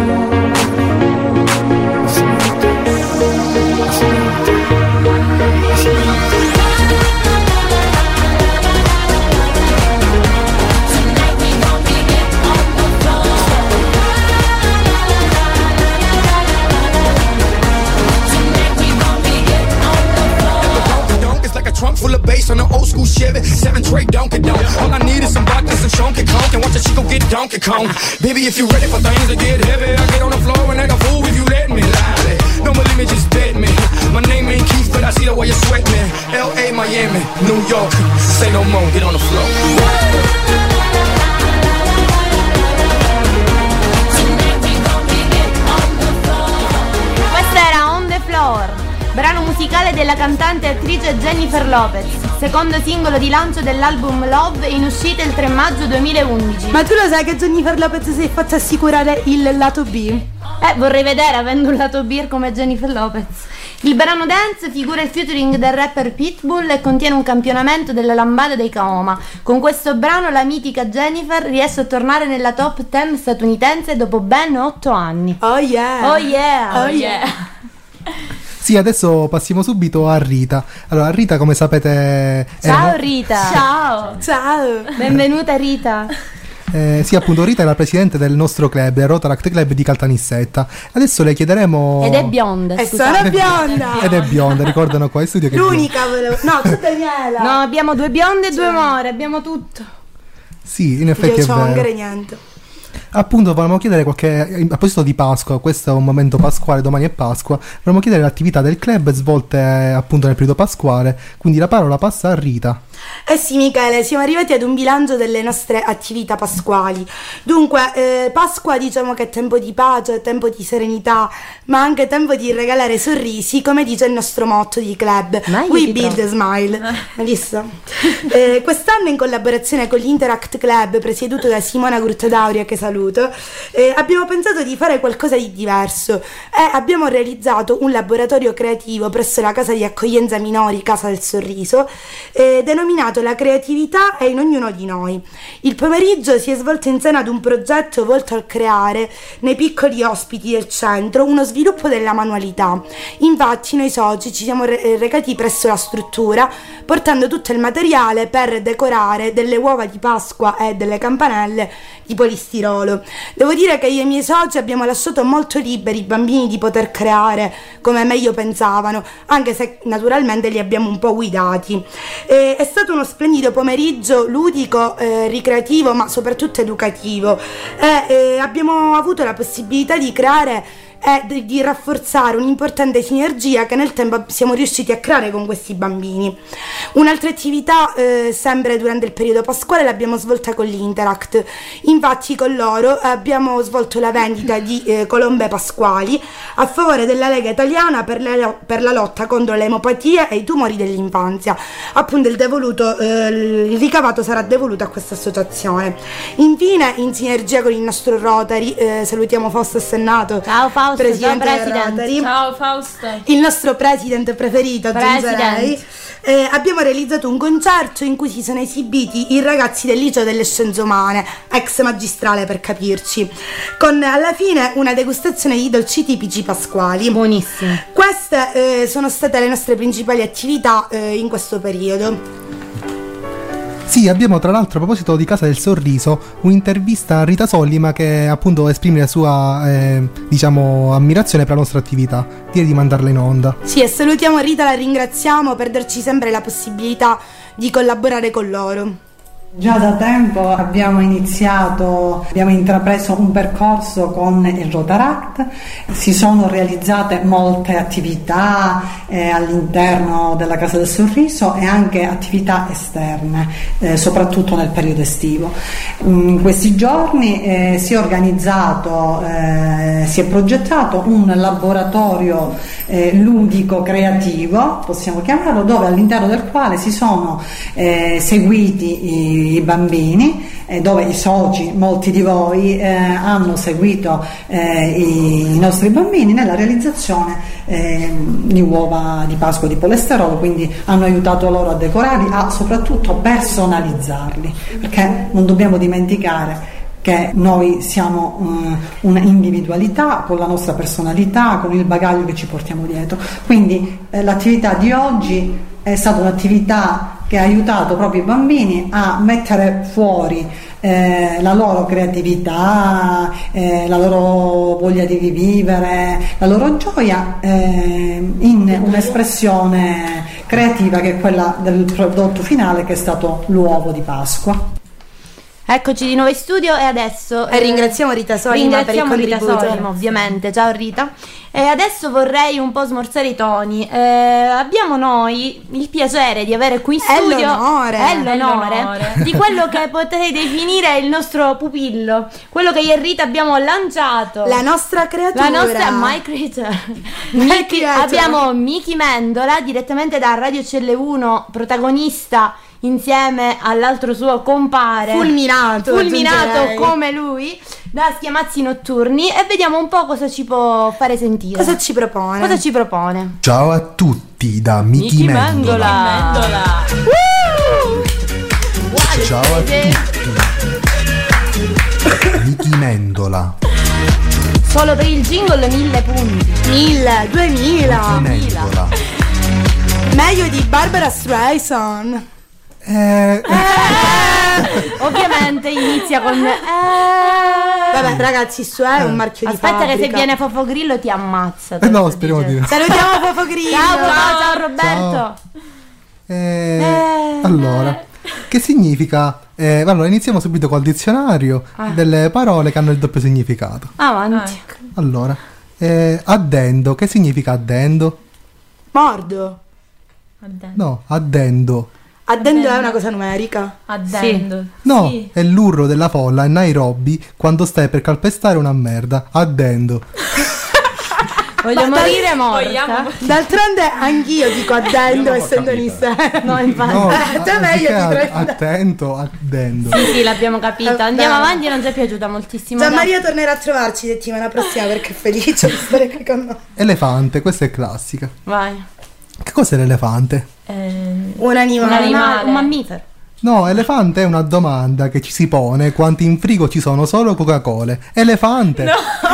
Speaker 10: Así me gusta, así me gusta, así me gusta.
Speaker 11: Tonight we gon' be it on the floor. Tonight we gon' be it on the floor.
Speaker 10: Donk, it's like a trunk full of bass on an old school Chevy, seven tray Donkey Donk. All I need is some vodka, some Chunky Conk, and watch a chico get Donkey Kong. Baby, if you ready for things to get heavy, I get on the floor and act a fool if you let me lie.
Speaker 5: musicale della cantante e attrice Jennifer Lopez, secondo singolo di lancio dell'album Love, in uscita il tre maggio duemilaundici.
Speaker 4: Ma tu lo sai che Jennifer Lopez si è fatta assicurare il lato B?
Speaker 5: Eh, vorrei vedere avendo un lato beer come Jennifer Lopez. Il brano Dance figura il featuring del rapper Pitbull e contiene un campionamento della lambada dei Kaoma. Con questo brano la mitica Jennifer riesce a tornare nella top dieci statunitense dopo ben otto anni.
Speaker 4: Oh yeah!
Speaker 5: Oh yeah!
Speaker 4: Oh yeah!
Speaker 3: Sì, adesso passiamo subito a Rita. Allora, Rita, come sapete...
Speaker 5: Ciao
Speaker 3: è...
Speaker 5: Rita!
Speaker 4: Ciao! Ciao!
Speaker 5: Benvenuta Rita!
Speaker 3: Eh, sì, appunto, Rita è la presidente del nostro club, il Rotaract Club di Caltanissetta. Adesso le chiederemo...
Speaker 5: Ed è bionda,
Speaker 4: E
Speaker 5: scusate.
Speaker 4: sono bionda!
Speaker 3: Ed è bionda, ricordano qua in studio che...
Speaker 4: L'unica volevo... No, c'è Daniela!
Speaker 5: No, abbiamo due bionde e due more, abbiamo tutto.
Speaker 3: Sì, in effetti
Speaker 4: Io
Speaker 3: è
Speaker 4: c'ho
Speaker 3: vero.
Speaker 4: ancora niente.
Speaker 3: Appunto, volevamo chiedere qualche... A proposito di Pasqua, questo è un momento pasquale, domani è Pasqua. Volevamo chiedere le attività del club svolte eh, appunto nel periodo pasquale. Quindi la parola passa a Rita.
Speaker 4: Eh sì, Michele, siamo arrivati ad un bilancio delle nostre attività pasquali. Dunque, eh, Pasqua diciamo che è tempo di pace, tempo di serenità, ma anche tempo di regalare sorrisi, come dice il nostro motto di club.
Speaker 5: Ma io
Speaker 4: We
Speaker 5: ti
Speaker 4: build
Speaker 5: trovo.
Speaker 4: a smile. Hai visto? Eh, quest'anno, in collaborazione con l'Interact Club, presieduto da Simona Gruttadauria, che saluto, eh, abbiamo pensato di fare qualcosa di diverso e abbiamo realizzato un laboratorio creativo presso la casa di accoglienza minori Casa del Sorriso, eh, denominato La creatività è in ognuno di noi. Il pomeriggio si è svolto in seno ad un progetto volto a creare nei piccoli ospiti del centro uno sviluppo della manualità. Infatti noi soci ci siamo re- recati presso la struttura portando tutto il materiale per decorare delle uova di Pasqua e delle campanelle di polistirolo. Devo dire che io e i miei soci abbiamo lasciato molto liberi i bambini di poter creare come meglio pensavano, anche se naturalmente li abbiamo un po' guidati. E è stato uno splendido pomeriggio ludico, eh, ricreativo, ma soprattutto educativo, e eh, abbiamo avuto la possibilità di creare e di, di rafforzare un'importante sinergia che nel tempo siamo riusciti a creare con questi bambini. Un'altra attività, eh, sempre durante il periodo pasquale, l'abbiamo svolta con l'Interact. Infatti con loro abbiamo svolto la vendita di eh, colombe pasquali a favore della Lega Italiana per, le, per la lotta contro le emopatie e i tumori dell'infanzia. Appunto il, devoluto, eh, il ricavato sarà devoluto a questa associazione. Infine, in sinergia con il nostro Rotary, eh, salutiamo Fausto Assennato.
Speaker 5: Ciao Fausto,
Speaker 4: Presidente
Speaker 5: ciao
Speaker 4: del
Speaker 5: President.
Speaker 4: Rotary.
Speaker 12: Ciao Fausto.
Speaker 4: Il nostro president preferito, aggiungerei. Eh, abbiamo realizzato un concerto in cui si sono esibiti i ragazzi del liceo delle scienze umane, ex magistrale per capirci, con alla fine una degustazione di dolci tipici pasquali.
Speaker 5: Buonissimo.
Speaker 4: Queste eh, sono state le nostre principali attività eh, in questo periodo.
Speaker 3: Sì, abbiamo tra l'altro, a proposito di Casa del Sorriso, un'intervista a Rita Sollima che appunto esprime la sua eh, diciamo ammirazione per la nostra attività. Direi di mandarla in onda.
Speaker 4: Sì, e salutiamo Rita, la ringraziamo per darci sempre la possibilità di collaborare con loro.
Speaker 13: Già da tempo abbiamo iniziato, abbiamo intrapreso un percorso con il Rotaract, si sono realizzate molte attività eh, all'interno della Casa del Sorriso e anche attività esterne, eh, soprattutto nel periodo estivo. In questi giorni eh, si è organizzato, eh, si è progettato un laboratorio eh, ludico creativo, possiamo chiamarlo, dove all'interno del quale si sono eh, seguiti i i bambini, eh, dove i soci, molti di voi eh, hanno seguito eh, i, i nostri bambini nella realizzazione eh, di uova di Pasqua di polesterolo, quindi hanno aiutato loro a decorarli, a soprattutto personalizzarli, perché non dobbiamo dimenticare che noi siamo um, una individualità con la nostra personalità, con il bagaglio che ci portiamo dietro, quindi eh, l'attività di oggi è stata un'attività che ha aiutato proprio i bambini a mettere fuori eh, la loro creatività, eh, la loro voglia di vivere, la loro gioia eh, in un'espressione creativa che è quella del prodotto finale, che è stato l'uovo di Pasqua.
Speaker 5: Eccoci di nuovo in studio e adesso
Speaker 4: E ringraziamo Rita Solima per il
Speaker 5: ringraziamo Rita
Speaker 4: contributo.
Speaker 5: Solima, ovviamente. Ciao Rita. E adesso vorrei un po' smorzare i toni. Eh, abbiamo noi il piacere di avere qui in
Speaker 4: È
Speaker 5: studio
Speaker 4: l'onore.
Speaker 5: è l'onore,
Speaker 4: È l'onore.
Speaker 5: di quello che potete definire il nostro pupillo, quello che io e Rita abbiamo lanciato,
Speaker 4: La nostra creatura.
Speaker 5: la nostra My Creature.
Speaker 4: My
Speaker 5: Miki-
Speaker 4: creature.
Speaker 5: abbiamo Miki Mendola direttamente da Radio C L uno, protagonista insieme all'altro suo compare
Speaker 4: Fulminato,
Speaker 5: fulminato
Speaker 4: aggiungerei.
Speaker 5: come lui, da Schiamazzi Notturni, e vediamo un po' cosa ci può fare sentire.
Speaker 4: Cosa ci propone?
Speaker 5: Cosa ci propone?
Speaker 3: Ciao a tutti da Miki Mendola. Ciao a tutti. Miki Mendola.
Speaker 5: Solo per il jingle mille punti.
Speaker 4: Mille, duemila.
Speaker 3: Miki Mendola.
Speaker 4: Meglio di Barbara Streisand.
Speaker 3: Eh,
Speaker 5: Ovviamente inizia con eh...
Speaker 4: Vabbè ragazzi, su è un marchio di
Speaker 5: Aspetta
Speaker 4: fabbrica.
Speaker 5: che se viene Fofo Grillo ti ammazza.
Speaker 3: eh no, speriamo di no.
Speaker 4: Salutiamo Fofo Grillo.
Speaker 5: Ciao, ciao, ciao Roberto.
Speaker 3: Eh, allora, che significa? Eh, allora, iniziamo subito col dizionario
Speaker 5: Ah.
Speaker 3: delle parole che hanno il doppio significato.
Speaker 5: Avanti.
Speaker 3: Allora, eh, addendo, che significa addendo?
Speaker 4: Mordo.
Speaker 3: No, addendo.
Speaker 4: Addendo è una cosa numerica.
Speaker 12: Addendo.
Speaker 3: No,
Speaker 12: Sì.
Speaker 3: è l'urlo della folla a Nairobi quando stai per calpestare una merda. Addendo.
Speaker 5: Voglio
Speaker 4: Ma
Speaker 5: morire
Speaker 4: dai-
Speaker 5: morta.
Speaker 12: vogliamo-
Speaker 4: D'altronde anch'io dico addendo essendo in sé.
Speaker 5: No, infatti.
Speaker 3: No,
Speaker 4: Eh, te meglio
Speaker 3: anziché
Speaker 4: ti
Speaker 3: a-
Speaker 4: prendo.
Speaker 3: attento, addendo.
Speaker 5: Sì, sì, l'abbiamo capita.
Speaker 4: Eh,
Speaker 5: Andiamo
Speaker 4: bene.
Speaker 5: avanti, non ci è piaciuta moltissimo.
Speaker 4: Gian
Speaker 5: dai.
Speaker 4: Maria tornerà a trovarci settimana prossima perché è felice di stare qui con noi.
Speaker 3: Elefante, questa è classica.
Speaker 5: Vai.
Speaker 3: Che cos'è l'elefante?
Speaker 12: Eh,
Speaker 4: Un animale.
Speaker 5: Un animale, un
Speaker 12: animale.
Speaker 5: mammifero.
Speaker 3: No, elefante è una domanda che ci si pone quanti in frigo ci sono solo Coca-Cola. Elefante.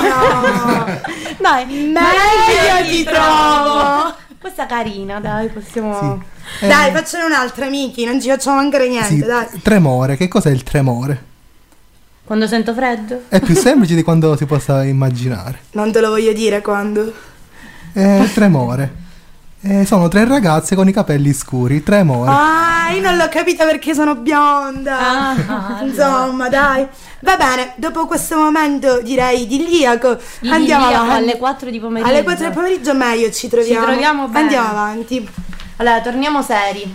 Speaker 5: Dai,
Speaker 4: Meglio ti trovo.
Speaker 5: Questa carina, dai, possiamo.
Speaker 3: Eh,
Speaker 4: Dai, faccione un'altra, Miki, non ci facciamo mancare niente,
Speaker 3: sì,
Speaker 4: dai.
Speaker 3: tremore, che cos'è il tremore?
Speaker 5: Quando sento freddo?
Speaker 3: È più semplice di quando si possa immaginare.
Speaker 4: Non te lo voglio dire quando.
Speaker 3: Eh, il tremore. Eh, sono tre ragazze con i capelli scuri. Tremore.
Speaker 4: Ah, io non l'ho capita perché sono bionda.
Speaker 12: Ah,
Speaker 4: Insomma, dai. Va bene, dopo questo momento direi idilliaco, andiamo
Speaker 5: Idilliaco,
Speaker 4: avanti.
Speaker 5: alle quattro di pomeriggio.
Speaker 4: Alle quattro del pomeriggio meglio ci troviamo.
Speaker 5: Ci troviamo bene.
Speaker 4: Andiamo avanti.
Speaker 5: Allora, torniamo seri.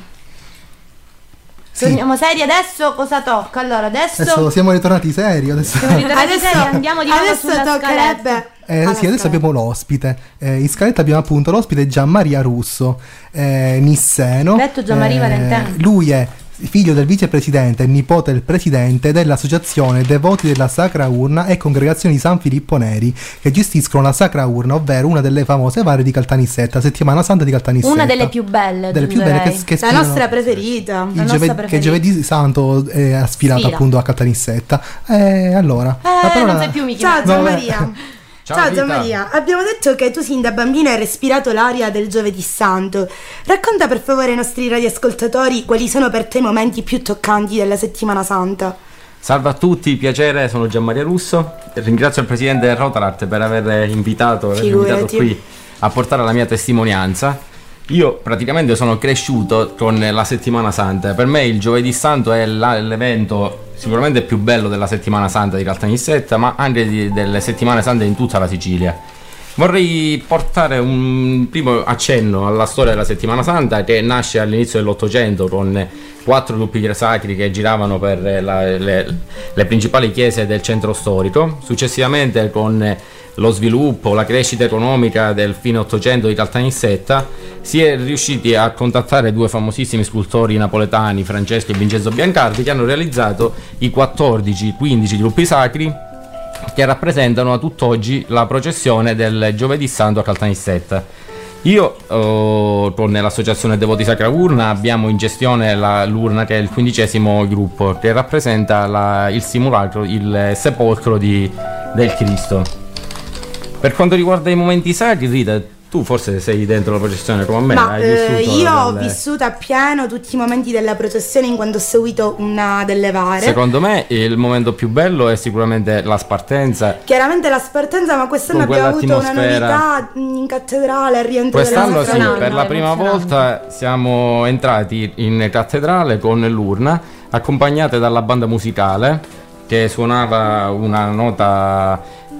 Speaker 3: Sì.
Speaker 5: Torniamo seri adesso, cosa tocca? Allora, adesso.
Speaker 3: Adesso siamo ritornati seri. Adesso,
Speaker 5: Siamo ritornati seri, andiamo di nuovo
Speaker 4: adesso
Speaker 5: sulla
Speaker 4: toccherebbe.
Speaker 5: scaletta.
Speaker 3: eh,
Speaker 4: alla
Speaker 3: sì, adesso
Speaker 4: scaletta.
Speaker 3: abbiamo l'ospite. Eh, in scaletta abbiamo appunto l'ospite Gian Maria Russo, eh, nisseno.
Speaker 5: Detto Gian Maria Valentino.
Speaker 3: Lui è figlio del vicepresidente e nipote del presidente dell'associazione Devoti della Sacra Urna e Congregazione di San Filippo Neri, che gestiscono la Sacra Urna, ovvero una delle famose varie di Caltanissetta, Settimana Santa di Caltanissetta.
Speaker 5: Una delle più belle,
Speaker 3: delle più belle che,
Speaker 5: aggiungerei.
Speaker 3: che
Speaker 4: La
Speaker 3: sfilano-
Speaker 4: nostra preferita.
Speaker 3: il
Speaker 5: la nostra
Speaker 3: giove- che
Speaker 5: preferita.
Speaker 3: giovedì santo eh, ha sfilato
Speaker 5: Sfila.
Speaker 3: appunto a Caltanissetta. Eh, allora,
Speaker 5: Eh,
Speaker 3: la parola-
Speaker 5: non sei più Mickey
Speaker 4: Ciao
Speaker 5: Mouse.
Speaker 4: Gian
Speaker 3: Vabbè.
Speaker 4: Maria.
Speaker 14: Ciao,
Speaker 4: Ciao
Speaker 14: Rita.
Speaker 4: Gian Maria, abbiamo detto che tu sin da bambina hai respirato l'aria del giovedì santo. Racconta per favore ai nostri radioascoltatori quali sono per te i momenti più toccanti della settimana santa.
Speaker 14: Salve a tutti, piacere, sono Gian Maria Russo. Ringrazio il presidente del Rotaract per aver invitato, aver invitato
Speaker 4: Figurati.
Speaker 14: qui a portare la mia testimonianza. Io praticamente sono cresciuto con la settimana santa. Per me il giovedì santo è la- l'evento sicuramente più bello della settimana santa di Caltanissetta, ma anche di- delle settimane sante in tutta la Sicilia. Vorrei portare un primo accenno alla storia della settimana santa, che nasce all'inizio dell'Ottocento con quattro gruppi sacri che giravano per la- le, le principali chiese del centro storico. Successivamente, con lo sviluppo, la crescita economica del fine Ottocento di Caltanissetta, si è riusciti a contattare due famosissimi scultori napoletani, Francesco e Vincenzo Biancardi, che hanno realizzato i quattordici quindici gruppi sacri che rappresentano a tutt'oggi la processione del giovedì santo a Caltanissetta. Io oh, con l'associazione Devoti Sacra Urna abbiamo in gestione la, l'urna, che è il quindicesimo gruppo, che rappresenta la, il simulacro, il sepolcro di, del Cristo. Per quanto riguarda i momenti sacri, Rita, tu forse sei dentro la processione come me,
Speaker 4: Ma
Speaker 14: hai
Speaker 4: eh,
Speaker 14: vissuto
Speaker 4: io ho
Speaker 14: delle-
Speaker 4: vissuto appieno tutti i momenti della processione in quanto ho seguito una delle varie.
Speaker 14: Secondo me il momento più bello è sicuramente la spartenza.
Speaker 4: Chiaramente la spartenza, ma quest'anno
Speaker 14: Con
Speaker 4: abbiamo avuto una
Speaker 14: quell'atmosfera.
Speaker 4: novità in cattedrale al rientro
Speaker 14: Quest'anno
Speaker 4: della
Speaker 14: sì,
Speaker 4: nostra
Speaker 14: per la prima volta siamo entrati in cattedrale con l'urna. accompagnate dalla banda musicale che suonava una nota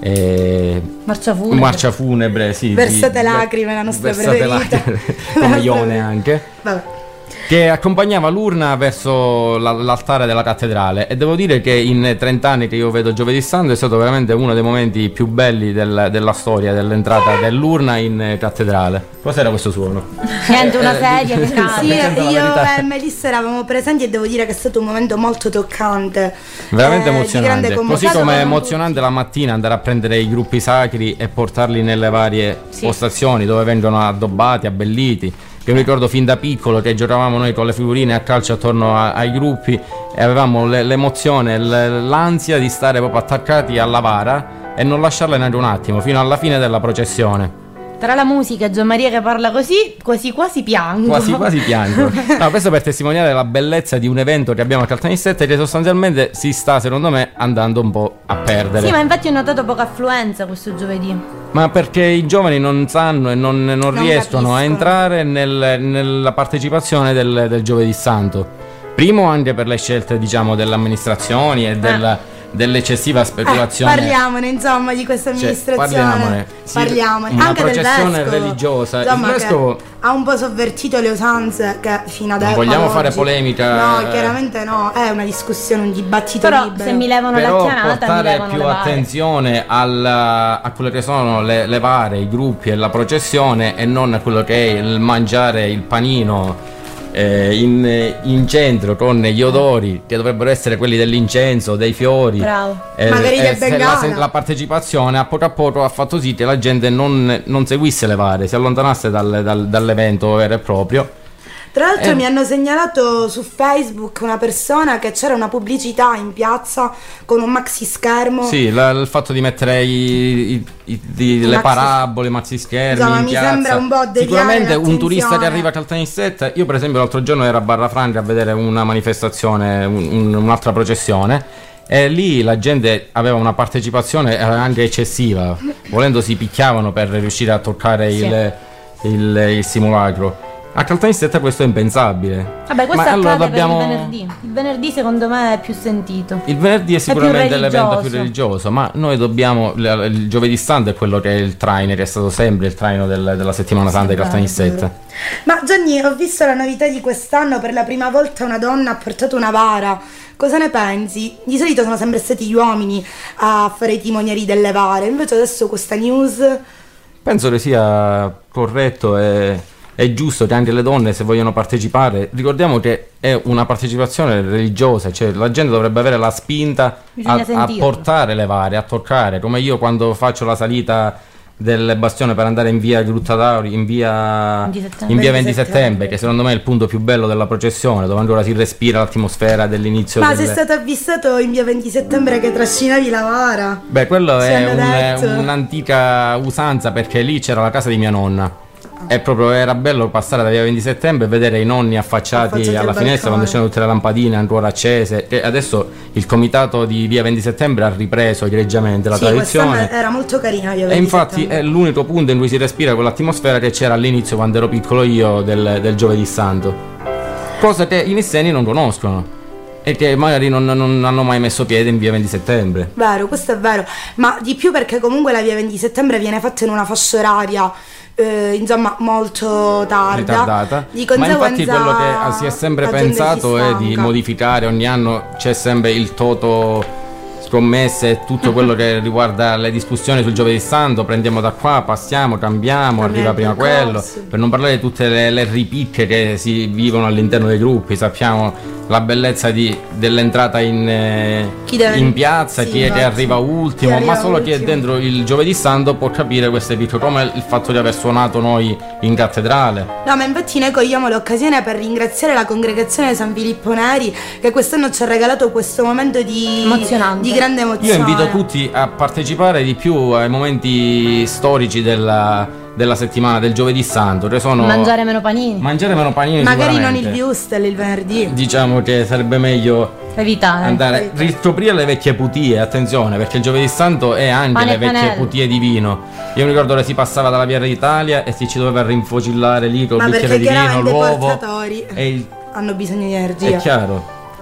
Speaker 14: eh,
Speaker 5: Marcia funebre.
Speaker 14: marcia funebre, sì,
Speaker 4: Versate
Speaker 14: di-
Speaker 4: lacrime, la nostra
Speaker 14: Versate
Speaker 4: preferita.
Speaker 14: lacrime, come Ione anche,
Speaker 4: Vabbè.
Speaker 14: che accompagnava l'urna verso la- l'altare della cattedrale, e devo dire che in trenta anni che io vedo Giovedì Santo è stato veramente uno dei momenti più belli del- della storia dell'entrata dell'urna in cattedrale. Cos'era questo suono?
Speaker 5: Niente, una
Speaker 14: Eh,
Speaker 5: sedia che
Speaker 4: Sì,
Speaker 5: cade.
Speaker 14: dicendo la
Speaker 4: io
Speaker 14: verità.
Speaker 4: e Melissa eravamo presenti e devo dire che è stato un momento molto toccante.
Speaker 14: Veramente
Speaker 4: eh, di
Speaker 14: emozionante,
Speaker 4: grande
Speaker 14: così
Speaker 4: commozione.
Speaker 14: come è emozionante la mattina andare a prendere i gruppi sacri e portarli nelle varie
Speaker 5: Sì.
Speaker 14: postazioni dove vengono addobbati, abbelliti. Io mi ricordo fin da piccolo che giocavamo noi con le figurine a calcio attorno a- ai gruppi e avevamo le- l'emozione, l- l'ansia di stare proprio attaccati alla vara e non lasciarla neanche un attimo fino alla fine della processione.
Speaker 5: Tra la musica e Gianmaria che parla così, quasi quasi piango.
Speaker 14: Quasi quasi piango. No, questo per testimoniare la bellezza di un evento che abbiamo a Caltanissette che sostanzialmente si sta, secondo me, andando un po' a perdere.
Speaker 5: Sì, ma infatti ho notato poca affluenza questo giovedì.
Speaker 14: Ma perché i giovani non sanno e non, non
Speaker 5: Non
Speaker 14: riescono a
Speaker 5: capiscono.
Speaker 14: entrare nel- nella partecipazione del, del Giovedì Santo. Primo anche per le scelte, diciamo, delle amministrazioni e della- dell'eccessiva speculazione.
Speaker 4: Eh, parliamone insomma di questa
Speaker 14: Cioè,
Speaker 4: amministrazione.
Speaker 14: parliamone. Sì,
Speaker 4: Parliamone.
Speaker 14: una
Speaker 4: Anche del
Speaker 14: processione
Speaker 4: vescovo.
Speaker 14: religiosa. Il
Speaker 4: Insomma, che
Speaker 14: vescovo-
Speaker 4: ha un po' sovvertito le usanze che fino adesso.
Speaker 14: Non vogliamo
Speaker 4: ad
Speaker 14: fare
Speaker 4: oggi-
Speaker 14: polemica,
Speaker 4: No,
Speaker 14: eh.
Speaker 4: chiaramente no. È una discussione, un dibattito
Speaker 5: Però
Speaker 4: libero.
Speaker 5: se mi levano
Speaker 14: Però
Speaker 5: la chiamata mi
Speaker 14: portare
Speaker 5: devono
Speaker 14: più
Speaker 5: levare.
Speaker 14: attenzione al- a quelle che sono le, le vare, i gruppi e la processione, e non a quello che è il mangiare il panino eh, in, in centro con gli odori che dovrebbero essere quelli dell'incenso, dei fiori.
Speaker 5: Bravo.
Speaker 14: Eh,
Speaker 4: Magari del
Speaker 14: se la,
Speaker 4: bengala.
Speaker 14: se la partecipazione a poco a poco ha fatto sì che la gente non, non seguisse le vare, si allontanasse dal- dal- dall'evento vero e proprio.
Speaker 4: Tra l'altro
Speaker 14: Eh.
Speaker 4: mi hanno segnalato su Facebook una persona che c'era una pubblicità in piazza con un maxi schermo.
Speaker 14: Sì, la- il fatto di mettere i, i- i- di- le
Speaker 4: maxi-
Speaker 14: parabole, i maxi schermi
Speaker 4: Insomma,
Speaker 14: in
Speaker 4: mi
Speaker 14: piazza.
Speaker 4: sembra un po' deviare
Speaker 14: Sicuramente un
Speaker 4: l'attenzione.
Speaker 14: turista che arriva a Caltanissetta, io per esempio l'altro giorno ero a Barra Franca a vedere una manifestazione, un- un- un'altra processione, e lì la gente aveva una partecipazione eh, anche eccessiva, volendo si picchiavano per riuscire a toccare
Speaker 5: Sì.
Speaker 14: il, il, il simulacro. A Caltanissetta questo è impensabile.
Speaker 5: Vabbè, questo
Speaker 14: Ma allora
Speaker 5: accade
Speaker 14: dobbiamo-
Speaker 5: per il venerdì. Il venerdì secondo me è più sentito.
Speaker 14: Il venerdì è
Speaker 5: più
Speaker 14: sicuramente l'evento più
Speaker 5: religioso.
Speaker 14: religioso, ma noi dobbiamo. l- Il Giovedì Santo è quello che è il trainer, è stato sempre il traino del- della settimana santa di
Speaker 4: vero,
Speaker 14: Caltanissetta.
Speaker 4: Ma Gianni, ho visto la novità di quest'anno, per la prima volta una donna ha portato una vara. Cosa ne pensi? Di solito sono sempre stati gli uomini a fare i timonieri delle vare, invece adesso questa news.
Speaker 14: Penso che sia corretto e. È giusto che anche le donne, se vogliono partecipare, ricordiamo che è una partecipazione religiosa, cioè la gente dovrebbe avere la spinta
Speaker 5: Bisogna
Speaker 14: a, a
Speaker 5: sentirlo.
Speaker 14: portare le varie, a toccare, come io quando faccio la salita del bastione per andare in via Gruttadauri, in via,
Speaker 5: venti settembre.
Speaker 14: in via venti settembre, che secondo me è il punto più bello della processione, dove ancora si respira l'atmosfera dell'inizio
Speaker 4: Ma
Speaker 14: del...
Speaker 4: sei stato avvistato in via venti settembre che trascinavi la vara?
Speaker 14: Beh, quello
Speaker 4: Ci
Speaker 14: è
Speaker 4: hanno
Speaker 14: un-
Speaker 4: detto.
Speaker 14: un'antica usanza, perché lì c'era la casa di mia nonna. E proprio era bello passare da via venti settembre e vedere i nonni affacciati,
Speaker 4: Affacciati al
Speaker 14: alla finestra
Speaker 4: balcone.
Speaker 14: quando c'erano tutte le lampadine ancora accese. E adesso il comitato di via venti settembre ha ripreso egregiamente la
Speaker 4: Sì, quest'anno
Speaker 14: tradizione.
Speaker 4: era molto carina via
Speaker 14: E
Speaker 4: venti
Speaker 14: infatti
Speaker 4: settembre.
Speaker 14: è l'unico punto in cui si respira quell'atmosfera che c'era all'inizio quando ero piccolo io del, del Giovedì Santo. Cosa che i nisseni non conoscono e che magari non, non hanno mai messo piede in via venti settembre.
Speaker 4: Vero, questo è vero, ma di più perché comunque la via venti settembre viene fatta in una fascia oraria eh, insomma molto tarda.
Speaker 14: Ritardata.
Speaker 4: Di
Speaker 14: Ma infatti
Speaker 4: conseguenza
Speaker 14: quello che si è sempre
Speaker 4: la gente
Speaker 14: pensato
Speaker 4: si
Speaker 14: è di
Speaker 4: stanca.
Speaker 14: modificare ogni anno, c'è sempre il toto scommesse e tutto quello che riguarda le discussioni sul Giovedì Santo, prendiamo da qua, passiamo, cambiamo,
Speaker 4: Cambia
Speaker 14: arriva
Speaker 4: il
Speaker 14: prima
Speaker 4: percorso.
Speaker 14: quello, per non parlare di tutte le, le ripicche che si vivono all'interno dei gruppi. Sappiamo la bellezza di- dell'entrata in, eh,
Speaker 4: Chi deve-
Speaker 14: in piazza,
Speaker 4: sì,
Speaker 14: chi è che
Speaker 4: infatti.
Speaker 14: arriva ultimo,
Speaker 4: Chi arriva
Speaker 14: ma solo chi è
Speaker 4: ultimo.
Speaker 14: dentro il Giovedì Santo può capire queste piccole, come il fatto di aver suonato noi in cattedrale.
Speaker 4: No, ma infatti noi cogliamo l'occasione per ringraziare la congregazione San Filippo Neri che quest'anno ci ha regalato questo momento di,
Speaker 5: Emozionante.
Speaker 4: di grande emozione.
Speaker 14: Io invito tutti a partecipare di più ai momenti storici della, della settimana del Giovedì Santo, che sono
Speaker 5: Mangiare meno panini.
Speaker 14: mangiare meno panini.
Speaker 4: Magari non
Speaker 14: sicuramente.
Speaker 4: il Wustel il venerdì.
Speaker 14: Diciamo che sarebbe meglio
Speaker 5: Evitare.
Speaker 14: andare a riscoprire le vecchie putie, attenzione, perché il Giovedì Santo è anche
Speaker 5: Pane
Speaker 14: le
Speaker 5: e
Speaker 14: vecchie
Speaker 5: panelle.
Speaker 14: putie di vino. Io mi ricordo che si passava dalla Via d'Italia e si ci doveva rinfocillare lì col
Speaker 4: Ma
Speaker 14: bicchiere
Speaker 4: perché
Speaker 14: di vino,
Speaker 4: chiaramente i
Speaker 14: l'uovo
Speaker 4: portatori
Speaker 14: e il...
Speaker 4: hanno bisogno di
Speaker 14: È
Speaker 4: energia.
Speaker 14: chiaro.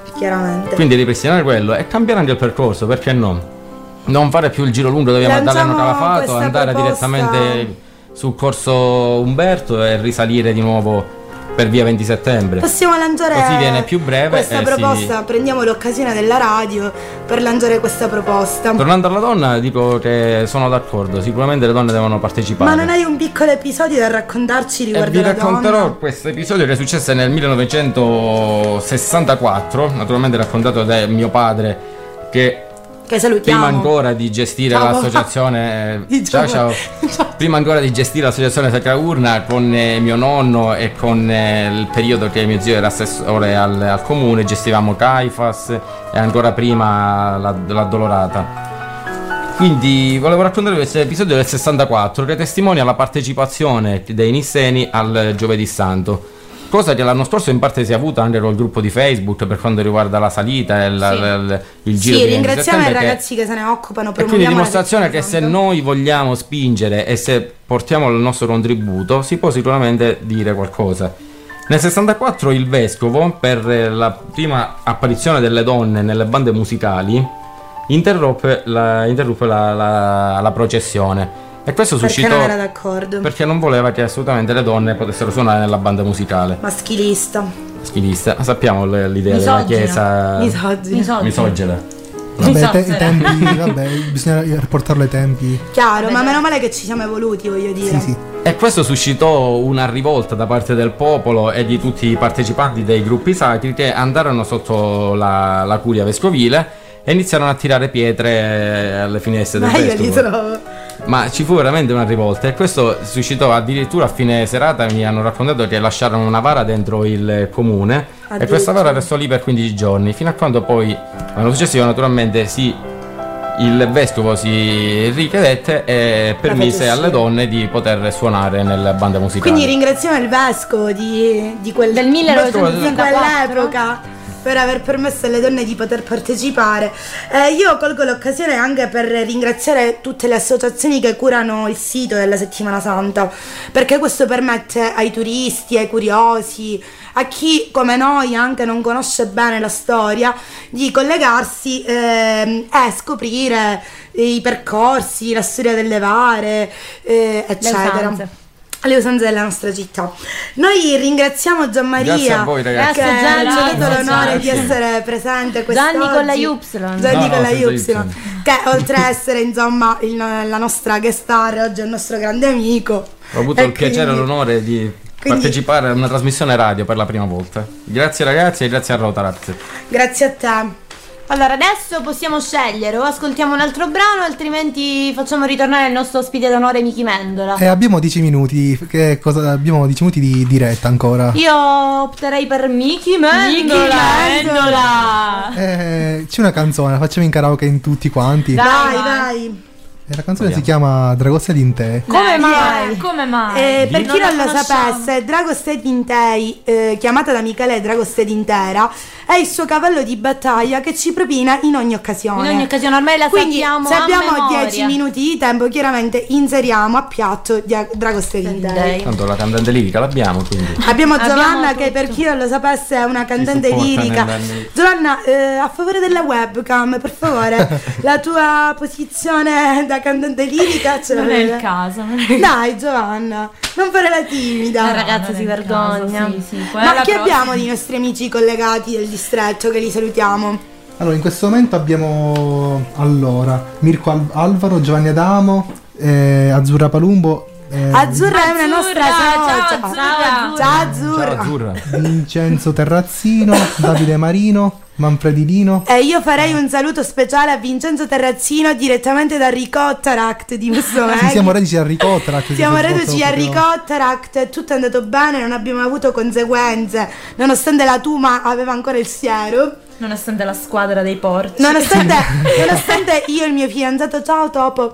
Speaker 4: chiaramente.
Speaker 14: Quindi ripristinare quello e cambiare anche il percorso, perché no? Non fare più il giro lungo dove Maddalena Calafato,
Speaker 4: questa
Speaker 14: andare
Speaker 4: proposta-
Speaker 14: direttamente sul corso Umberto e risalire di nuovo per via venti settembre.
Speaker 4: Possiamo lanciare
Speaker 14: Così viene più breve
Speaker 4: questa
Speaker 14: e
Speaker 4: proposta,
Speaker 14: si-
Speaker 4: prendiamo l'occasione della radio per lanciare questa proposta.
Speaker 14: Tornando alla donna, dico che sono d'accordo, sicuramente le donne devono partecipare.
Speaker 4: Ma non hai un piccolo episodio da raccontarci
Speaker 14: E
Speaker 4: riguardo
Speaker 14: vi
Speaker 4: la
Speaker 14: racconterò
Speaker 4: donna?
Speaker 14: questo episodio che è successo nel millenovecentosessantaquattro, naturalmente raccontato da mio padre, che
Speaker 4: Che salutiamo.
Speaker 14: prima ancora di gestire
Speaker 4: Ciao,
Speaker 14: l'associazione
Speaker 4: papà.
Speaker 14: ciao, ciao. Prima ancora di gestire l'associazione Sacra Urna con eh, mio nonno e con eh, il periodo che mio zio era assessore al, al comune, gestivamo Caifas e ancora prima la, l'addolorata. Quindi volevo raccontare questo episodio del sessantaquattro che testimonia la partecipazione dei nisseni al Giovedì Santo, cosa che l'anno scorso in parte si è avuta anche col gruppo di Facebook per quanto riguarda la salita e la-
Speaker 4: Sì.
Speaker 14: la- la- il giro
Speaker 4: Sì,
Speaker 14: di venti
Speaker 4: ringraziamo i
Speaker 14: settembre che-
Speaker 4: ragazzi che se ne occupano,
Speaker 14: e quindi
Speaker 4: promuoviamo la
Speaker 14: dimostrazione che se noi vogliamo spingere e se portiamo il nostro contributo si può sicuramente dire qualcosa. Nel sessantaquattro il vescovo, per la prima apparizione delle donne nelle bande musicali, interruppe la, interruppe la, la- la processione. E questo
Speaker 4: perché
Speaker 14: suscitò
Speaker 4: non era d'accordo.
Speaker 14: perché non voleva che assolutamente le donne potessero suonare nella banda musicale.
Speaker 4: Maschilista.
Speaker 14: Schilista, sappiamo le- l'idea della
Speaker 4: Misogino.
Speaker 14: chiesa
Speaker 4: Misogino.
Speaker 14: misogena.
Speaker 3: Vabbè, te- i tempi, vabbè, bisogna riportarlo ai tempi.
Speaker 4: Chiaro, ma meno male che ci siamo evoluti, voglio dire.
Speaker 3: Sì, sì.
Speaker 14: E questo suscitò una rivolta da parte del popolo e di tutti i partecipanti dei gruppi sacri che andarono sotto la, la curia vescovile e iniziarono a tirare pietre alle finestre del
Speaker 4: Ma io li
Speaker 14: vescovo.
Speaker 4: trovo.
Speaker 14: Ma ci fu veramente una rivolta e questo suscitò addirittura a fine serata, mi hanno raccontato che lasciarono una vara dentro il comune e questa vara restò lì per quindici giorni, fino a quando poi l'anno successivo naturalmente si, il vescovo si richiedette e permise
Speaker 4: fece
Speaker 14: alle
Speaker 4: uscire.
Speaker 14: donne di poter suonare nelle bande musicali.
Speaker 4: Quindi ringraziamo il vescovo di, di quel,
Speaker 5: Del
Speaker 4: di
Speaker 5: millenovecentosessantaquattro.
Speaker 4: quell'epoca per aver permesso alle donne di poter partecipare. Eh, io colgo l'occasione anche per ringraziare tutte le associazioni che curano il sito della Settimana Santa, perché questo permette ai turisti, ai curiosi, a chi come noi anche non conosce bene la storia, di collegarsi ehm, e scoprire i percorsi, la storia delle vare, eh, eccetera.
Speaker 5: usanze.
Speaker 4: Le usanze della nostra città. Noi ringraziamo Gianmaria
Speaker 14: Grazie a voi, ragazzi.
Speaker 4: che
Speaker 5: Grazie,
Speaker 4: ci ha dato
Speaker 5: Gianni.
Speaker 4: l'onore di
Speaker 14: Grazie.
Speaker 4: essere presente quest'oggi.
Speaker 5: Gianni con la Y.
Speaker 4: Gianni
Speaker 14: No,
Speaker 4: con
Speaker 14: no,
Speaker 4: la
Speaker 14: senza
Speaker 4: Y,
Speaker 14: Y.
Speaker 4: che oltre a essere insomma il- la nostra guest star, oggi è il nostro grande amico.
Speaker 14: Ho avuto
Speaker 4: E
Speaker 14: il piacere e
Speaker 4: quindi-
Speaker 14: l'onore di
Speaker 4: quindi-
Speaker 14: partecipare a una trasmissione radio per la prima volta. Grazie ragazzi e grazie a Rotaract.
Speaker 4: Grazie a te.
Speaker 5: Allora, adesso possiamo scegliere o ascoltiamo un altro brano, altrimenti facciamo ritornare il nostro ospite d'onore Miki Mendola.
Speaker 3: E abbiamo dieci minuti. Che cosa abbiamo dieci minuti di diretta ancora.
Speaker 5: Io opterei per Miki Mendola.
Speaker 12: Mendola!
Speaker 3: Eh, c'è una canzone, la facciamo in karaoke in tutti quanti.
Speaker 4: Vai, vai.
Speaker 3: E la canzone si chiama Dragostea in te.
Speaker 5: Come
Speaker 12: Eh,
Speaker 5: mai?
Speaker 12: Come mai?
Speaker 4: Eh, per chi
Speaker 12: Non
Speaker 4: non
Speaker 12: la
Speaker 4: lo
Speaker 12: conosciamo.
Speaker 4: sapesse, Dragostea Intei, eh, chiamata da Michele Dragostea Intera, è il suo cavallo di battaglia che ci propina in ogni occasione.
Speaker 5: In ogni occasione, ormai la
Speaker 4: Quindi,
Speaker 5: sappiamo
Speaker 4: se
Speaker 5: a
Speaker 4: abbiamo
Speaker 5: memoria.
Speaker 4: dieci minuti di tempo, chiaramente inseriamo a piatto di Dragostea Intei.
Speaker 14: Tanto la cantante lirica l'abbiamo, quindi.
Speaker 4: Abbiamo
Speaker 5: Abbiamo
Speaker 4: Giovanna
Speaker 5: tutto.
Speaker 4: che per chi non lo sapesse è una cantante
Speaker 14: supporta
Speaker 4: lirica.
Speaker 14: nel-
Speaker 4: Giovanna, eh, a favore della webcam, per favore, la tua posizione da cantante lirica ce
Speaker 12: Non
Speaker 4: la
Speaker 12: è il
Speaker 4: vede?
Speaker 12: caso.
Speaker 4: Dai Giovanna, non fare la timida.
Speaker 5: La ragazza si vergogna.
Speaker 12: Sì, sì, quella
Speaker 4: Ma
Speaker 12: è la
Speaker 4: chi
Speaker 12: prossima.
Speaker 4: abbiamo di nostri amici collegati del distretto che li salutiamo?
Speaker 3: Allora, in questo momento abbiamo allora Mirko Al- Alvaro, Giovanni Adamo, eh, Azzurra Palumbo, eh,
Speaker 4: Azzurra è una nostra
Speaker 12: ciao,
Speaker 4: socia.
Speaker 12: Azzurra.
Speaker 4: Ciao Azzurra.
Speaker 14: Ciao Azzurra.
Speaker 3: Vincenzo Terrazzino, Davide Marino, Manfredi Lino.
Speaker 4: E io farei un saluto speciale a Vincenzo Terrazzino direttamente da Ricottaract di Mussolini.
Speaker 3: Sì, siamo reduci a Ricottaract. che
Speaker 4: Siamo
Speaker 3: si è svolto
Speaker 4: reduci a
Speaker 3: proprio-
Speaker 4: Ricottaract, tutto è andato bene, non abbiamo avuto conseguenze, nonostante la Tuma aveva ancora il siero.
Speaker 12: Nonostante la squadra dei porci.
Speaker 4: Nonostante, nonostante io e il mio fidanzato, ciao Topo,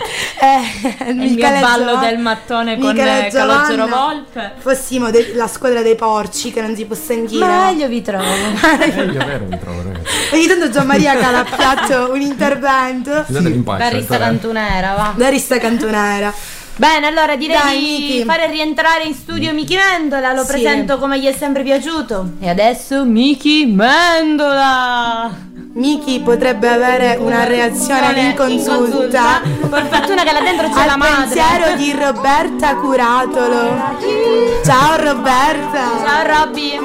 Speaker 4: eh,
Speaker 12: il mio
Speaker 4: Michele
Speaker 12: ballo
Speaker 4: Giova-
Speaker 12: del mattone con
Speaker 4: Michele
Speaker 12: eh, Calogero
Speaker 4: Giovanna,
Speaker 12: Volpe.
Speaker 4: fossimo de- la squadra dei porci che non si può sentire.
Speaker 5: Meglio vi trovo.
Speaker 14: Meglio vero mi trovo, ragazzi.
Speaker 4: Ogni tanto Gianmaria cala a piatto un intervento.
Speaker 14: Scusate l'impaccio.
Speaker 5: Barista
Speaker 14: ancora.
Speaker 5: cantunera, va.
Speaker 4: Da rista cantonera.
Speaker 5: Bene, allora direi
Speaker 4: Dai,
Speaker 5: di
Speaker 4: Miki.
Speaker 5: fare rientrare in studio Miki Mendola. Lo
Speaker 4: Sì.
Speaker 5: presento come gli è sempre piaciuto. E adesso Miki Mendola.
Speaker 4: Miki potrebbe avere una reazione inconsulta.
Speaker 5: Per fortuna che là dentro c'è
Speaker 4: al
Speaker 5: la madre.
Speaker 4: pensiero di Roberta Curatolo. Ciao Roberta.
Speaker 5: Ciao Robby.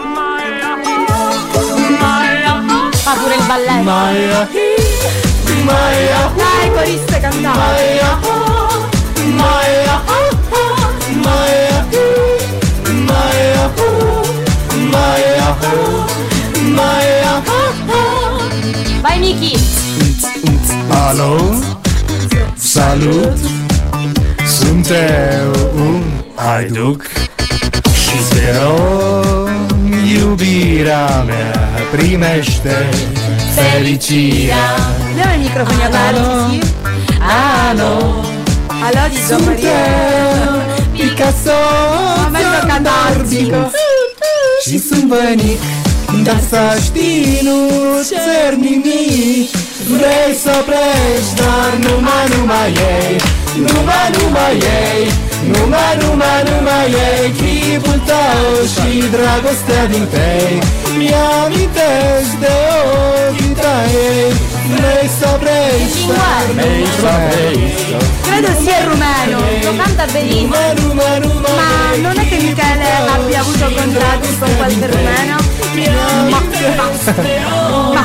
Speaker 5: Fa pure il balletto.
Speaker 10: Maya, Maya,
Speaker 4: Dai, coriste, cantate.
Speaker 10: Maya, Maya, Maya, Maya, Maya, Maya.
Speaker 5: Vai Miki.
Speaker 3: Hallo, salut, sunt eu un haiduc și spero iubirea mea primește fericirea.
Speaker 4: Abbiamo i microfoni aperti, sì?
Speaker 3: Ah no,
Speaker 4: Allora di Gian
Speaker 3: sunt
Speaker 4: Maria.
Speaker 3: eu Picasso
Speaker 4: Momento catartico.
Speaker 3: și sunt voinic, dar să știi nu-ți cer nimic. Vrei să pleci, dar numai, numai ei, numai, numai ei, numai, numai, numai ei, chipul tău și dragostea din tei. Mi-amintești de ochii tăi. Vrei să pleci, dar vrei să pleci.
Speaker 4: Credo sia il rumeno.
Speaker 5: Lo canta benissimo.
Speaker 4: Ma non è che Michele abbia avuto contratti con qualche rumeno? Ma, ma,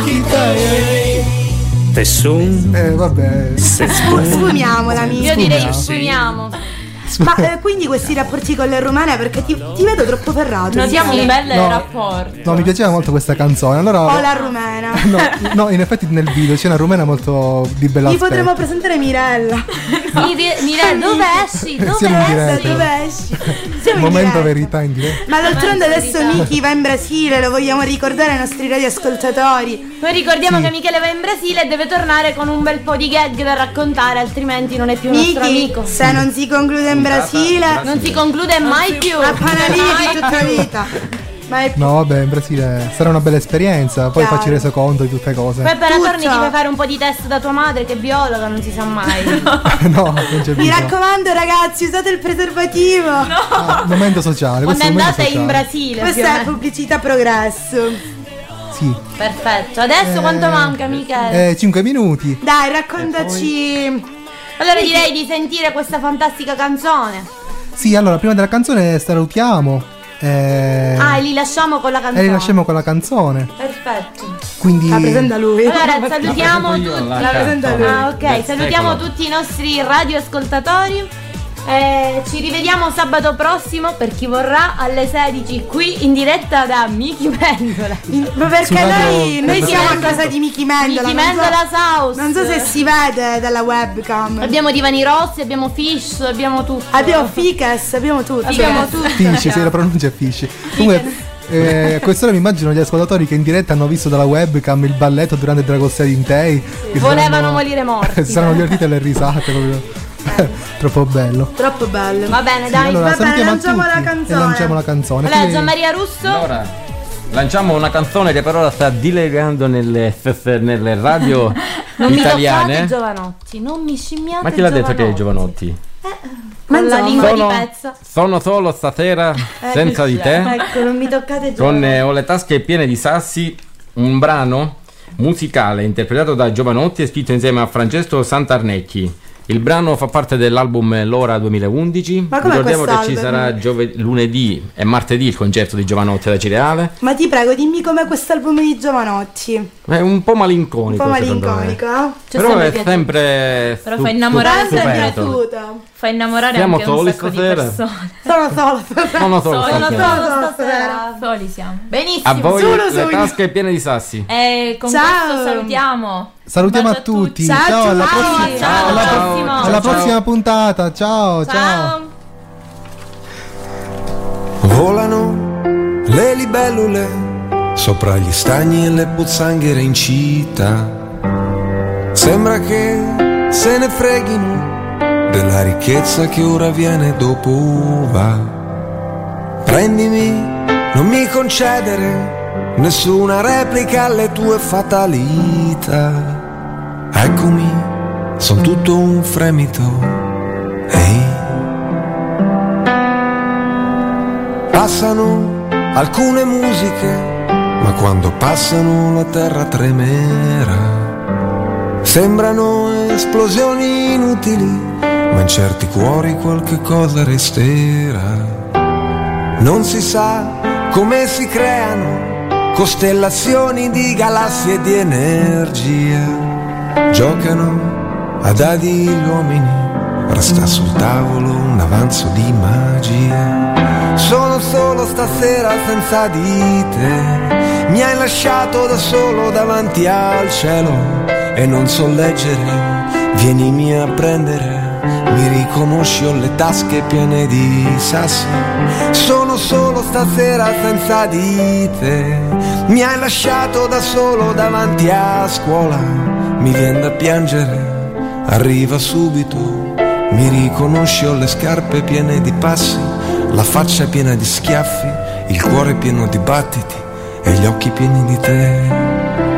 Speaker 15: Te sun.
Speaker 3: Eh vabbè.
Speaker 4: sfumiamola, amico.
Speaker 5: Io direi che sfumiamo.
Speaker 4: Ma eh, quindi questi rapporti con le rumene, perché ti, ti vedo troppo ferrato.
Speaker 12: Notiamo
Speaker 4: Michele.
Speaker 12: un bel
Speaker 3: No.
Speaker 12: rapporto.
Speaker 3: No, mi piaceva molto questa canzone. Allora,
Speaker 4: O la rumena.
Speaker 3: no, no, in effetti nel video c'è una rumena molto di bella
Speaker 4: Gli potremmo presentare Mirella.
Speaker 5: Mire- Mirella, dove esci? Dove
Speaker 3: Siamo in
Speaker 5: esci?
Speaker 3: diretta.
Speaker 4: Dove esci? Siamo in
Speaker 3: Momento
Speaker 4: diretta.
Speaker 3: verità in diretta.
Speaker 4: Ma d'altronde adesso
Speaker 5: Verità.
Speaker 4: Miki va in Brasile, lo vogliamo ricordare ai nostri radioascoltatori.
Speaker 5: Poi ricordiamo
Speaker 3: Sì.
Speaker 5: che Michele va in Brasile e deve tornare con un bel po' di gag da raccontare, altrimenti non è più un nostro
Speaker 4: Miki,
Speaker 5: amico.
Speaker 4: se non si conclude in Brasile,
Speaker 5: Non si conclude mai più.
Speaker 4: a Panalini di tutta vita. Mai più.
Speaker 3: No, vabbè, in Brasile sarà una bella esperienza. Poi
Speaker 4: Chiaro.
Speaker 3: facci reso conto di tutte cose.
Speaker 5: Poi appena
Speaker 4: Tutto.
Speaker 5: torni ti fai fare un po' di test da tua madre che è biologa, non si sa mai.
Speaker 3: No, non c'è
Speaker 4: Mi
Speaker 3: bisogno.
Speaker 4: raccomando ragazzi, usate il preservativo.
Speaker 3: Ah, momento sociale.
Speaker 5: Quando
Speaker 3: Questo è il momento
Speaker 5: andate in
Speaker 3: sociale.
Speaker 5: Brasile.
Speaker 4: Questa
Speaker 5: più o
Speaker 4: è
Speaker 5: meno.
Speaker 4: pubblicità progresso.
Speaker 3: Sì.
Speaker 5: Perfetto. Adesso quanto manca, Michele?
Speaker 3: Eh, cinque minuti.
Speaker 4: Dai, raccontaci.
Speaker 5: Allora direi di sentire questa fantastica canzone.
Speaker 3: Sì, allora, prima della canzone salutiamo. Eh,
Speaker 5: Ah, e li lasciamo con la
Speaker 3: e
Speaker 5: canzone.
Speaker 3: li lasciamo con la canzone.
Speaker 5: Perfetto.
Speaker 3: Quindi.
Speaker 4: La presenta lui.
Speaker 5: Allora salutiamo
Speaker 14: presento io,
Speaker 5: tutti.
Speaker 14: la
Speaker 4: La presenta lui.
Speaker 5: Ah, ok, salutiamo
Speaker 14: Eccolo.
Speaker 5: tutti i nostri radioascoltatori. Eh, ci rivediamo sabato prossimo per chi vorrà alle sedici qui in diretta da Miki Mendola.
Speaker 4: Ma perché
Speaker 3: Su Radio-
Speaker 4: noi, noi
Speaker 3: Miki
Speaker 4: siamo a
Speaker 5: Mendola.
Speaker 4: casa di Miki Mendola.
Speaker 5: Miki
Speaker 4: non so-
Speaker 5: Mendola House.
Speaker 4: Non so se si vede dalla webcam.
Speaker 5: Abbiamo divani rossi, abbiamo fish, abbiamo tutto.
Speaker 4: Abbiamo Ficas, abbiamo tutto.
Speaker 5: Abbiamo tutto.
Speaker 3: Fish, sì, la pronuncia è Fish. Comunque. Eh, a quest'ora mi immagino gli ascoltatori che in diretta hanno visto dalla webcam il balletto durante Dragon Star in Tei. che
Speaker 5: Volevano
Speaker 3: saranno-
Speaker 5: morire morti.
Speaker 3: Si saranno divertite alle risate proprio. Troppo bello.
Speaker 4: Troppo bello.
Speaker 5: Va bene,
Speaker 3: Sì,
Speaker 5: dai.
Speaker 3: allora
Speaker 4: va bene,
Speaker 3: salutiamo a
Speaker 4: lanciamo la
Speaker 3: tutti
Speaker 4: canzone.
Speaker 3: e lanciamo la canzone.
Speaker 5: Allora,
Speaker 3: Quindi-
Speaker 5: Gianmaria Russo.
Speaker 14: Allora, lanciamo una canzone che per ora sta dilegando nelle, nelle radio
Speaker 5: Non mi toccate
Speaker 14: italiane.
Speaker 5: Giovanotti, non mi scimmiate.
Speaker 14: Ma chi l'ha detto che è
Speaker 5: Giovanotti?
Speaker 14: Giovanotti?
Speaker 5: Con la
Speaker 4: insomma.
Speaker 5: lingua
Speaker 14: Sono-
Speaker 5: di pezza.
Speaker 14: Sono solo stasera senza di te.
Speaker 5: Ecco, non mi toccate
Speaker 14: Con
Speaker 5: Giovanotti.
Speaker 14: eh, Ho le tasche piene di sassi, un brano musicale interpretato da Giovanotti e scritto insieme a Francesco Santarnecchi. Il brano fa parte dell'album L'Ora duemilaundici.
Speaker 4: Ma com'è
Speaker 14: Ricordiamo che ci
Speaker 4: quest'album?
Speaker 14: sarà giove- lunedì e martedì il concerto di Giovanotti alla Cireale.
Speaker 4: Ma ti prego, dimmi com'è quest'album di Giovanotti.
Speaker 14: È un po' malinconico.
Speaker 4: Un po'
Speaker 14: secondo me.
Speaker 4: malinconico, eh?
Speaker 5: Ci
Speaker 14: Però
Speaker 5: sempre
Speaker 14: è
Speaker 5: piaciuto.
Speaker 14: sempre.
Speaker 12: Però
Speaker 14: stu-
Speaker 12: fa innamorare
Speaker 14: stu-
Speaker 4: Sempre
Speaker 12: sempre
Speaker 14: stupendo.
Speaker 4: piaciuta.
Speaker 12: Fa innamorare
Speaker 14: Siamo
Speaker 12: anche un
Speaker 14: soli
Speaker 12: sacco
Speaker 14: stasera?
Speaker 12: di persone.
Speaker 4: Sono solo.
Speaker 14: Sono solo
Speaker 12: Soli,
Speaker 14: stasera.
Speaker 5: Solo stasera.
Speaker 12: Soli siamo.
Speaker 5: Benissimo.
Speaker 14: A voi
Speaker 4: Solo
Speaker 14: le
Speaker 4: soli.
Speaker 14: tasche piene di sassi.
Speaker 12: E con
Speaker 4: Ciao.
Speaker 12: questo salutiamo.
Speaker 3: Salutiamo
Speaker 12: Un
Speaker 3: a
Speaker 12: bacio
Speaker 3: tutti.
Speaker 4: Ciao,
Speaker 3: Ciao, alla
Speaker 4: ciao,
Speaker 3: prossima,
Speaker 5: ciao,
Speaker 3: alla,
Speaker 5: alla
Speaker 3: pro-
Speaker 5: prossima.
Speaker 3: alla
Speaker 14: Ciao,
Speaker 3: prossima
Speaker 14: ciao.
Speaker 3: puntata. Ciao, ciao.
Speaker 5: Ciao.
Speaker 10: Volano le libellule sopra gli stagni e le pozzanghere in città. Sembra che se ne freghino della ricchezza che ora viene dopo va. Prendimi, non mi concedere nessuna replica alle tue fatalità. Eccomi, son tutto un fremito. Ehi,
Speaker 16: Passano alcune musiche, ma quando passano la terra tremerà. Sembrano esplosioni inutili, ma in certi cuori qualche cosa resterà. Non si sa come si creano costellazioni di galassie e di energia. Giocano a dadi gli uomini, resta sul tavolo un avanzo di magia. Sono solo stasera senza di te, mi hai lasciato da solo davanti al cielo e non so leggere, vienimi a prendere, mi riconosci, ho le tasche piene di sassi. Sono solo stasera senza di te, mi hai lasciato da solo davanti a scuola, mi vien da piangere, arriva subito, mi riconosci, ho le scarpe piene di passi, la faccia piena di schiaffi, il cuore pieno di battiti e gli occhi pieni di te.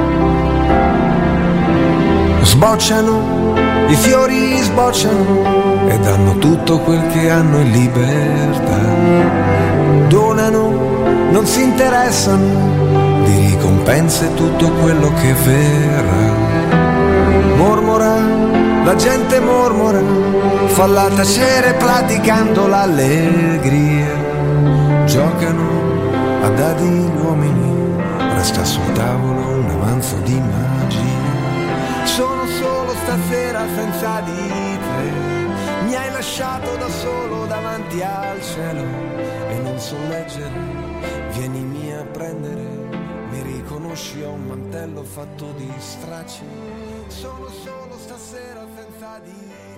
Speaker 16: Sbocciano, i fiori sbocciano e danno tutto quel che hanno in libertà. Donano, non si interessano di ricompense tutto quello che verrà. Mormora, la gente mormora, falla tacere praticando l'allegria. Giocano a dadi gli uomini, resta sul tavolo un avanzo di magia. Sono solo stasera senza di te, mi hai lasciato da solo davanti al cielo e non so leggere, vienimi a prendere, mi riconosci, ho un mantello fatto di stracci. Sono solo stasera senza di te.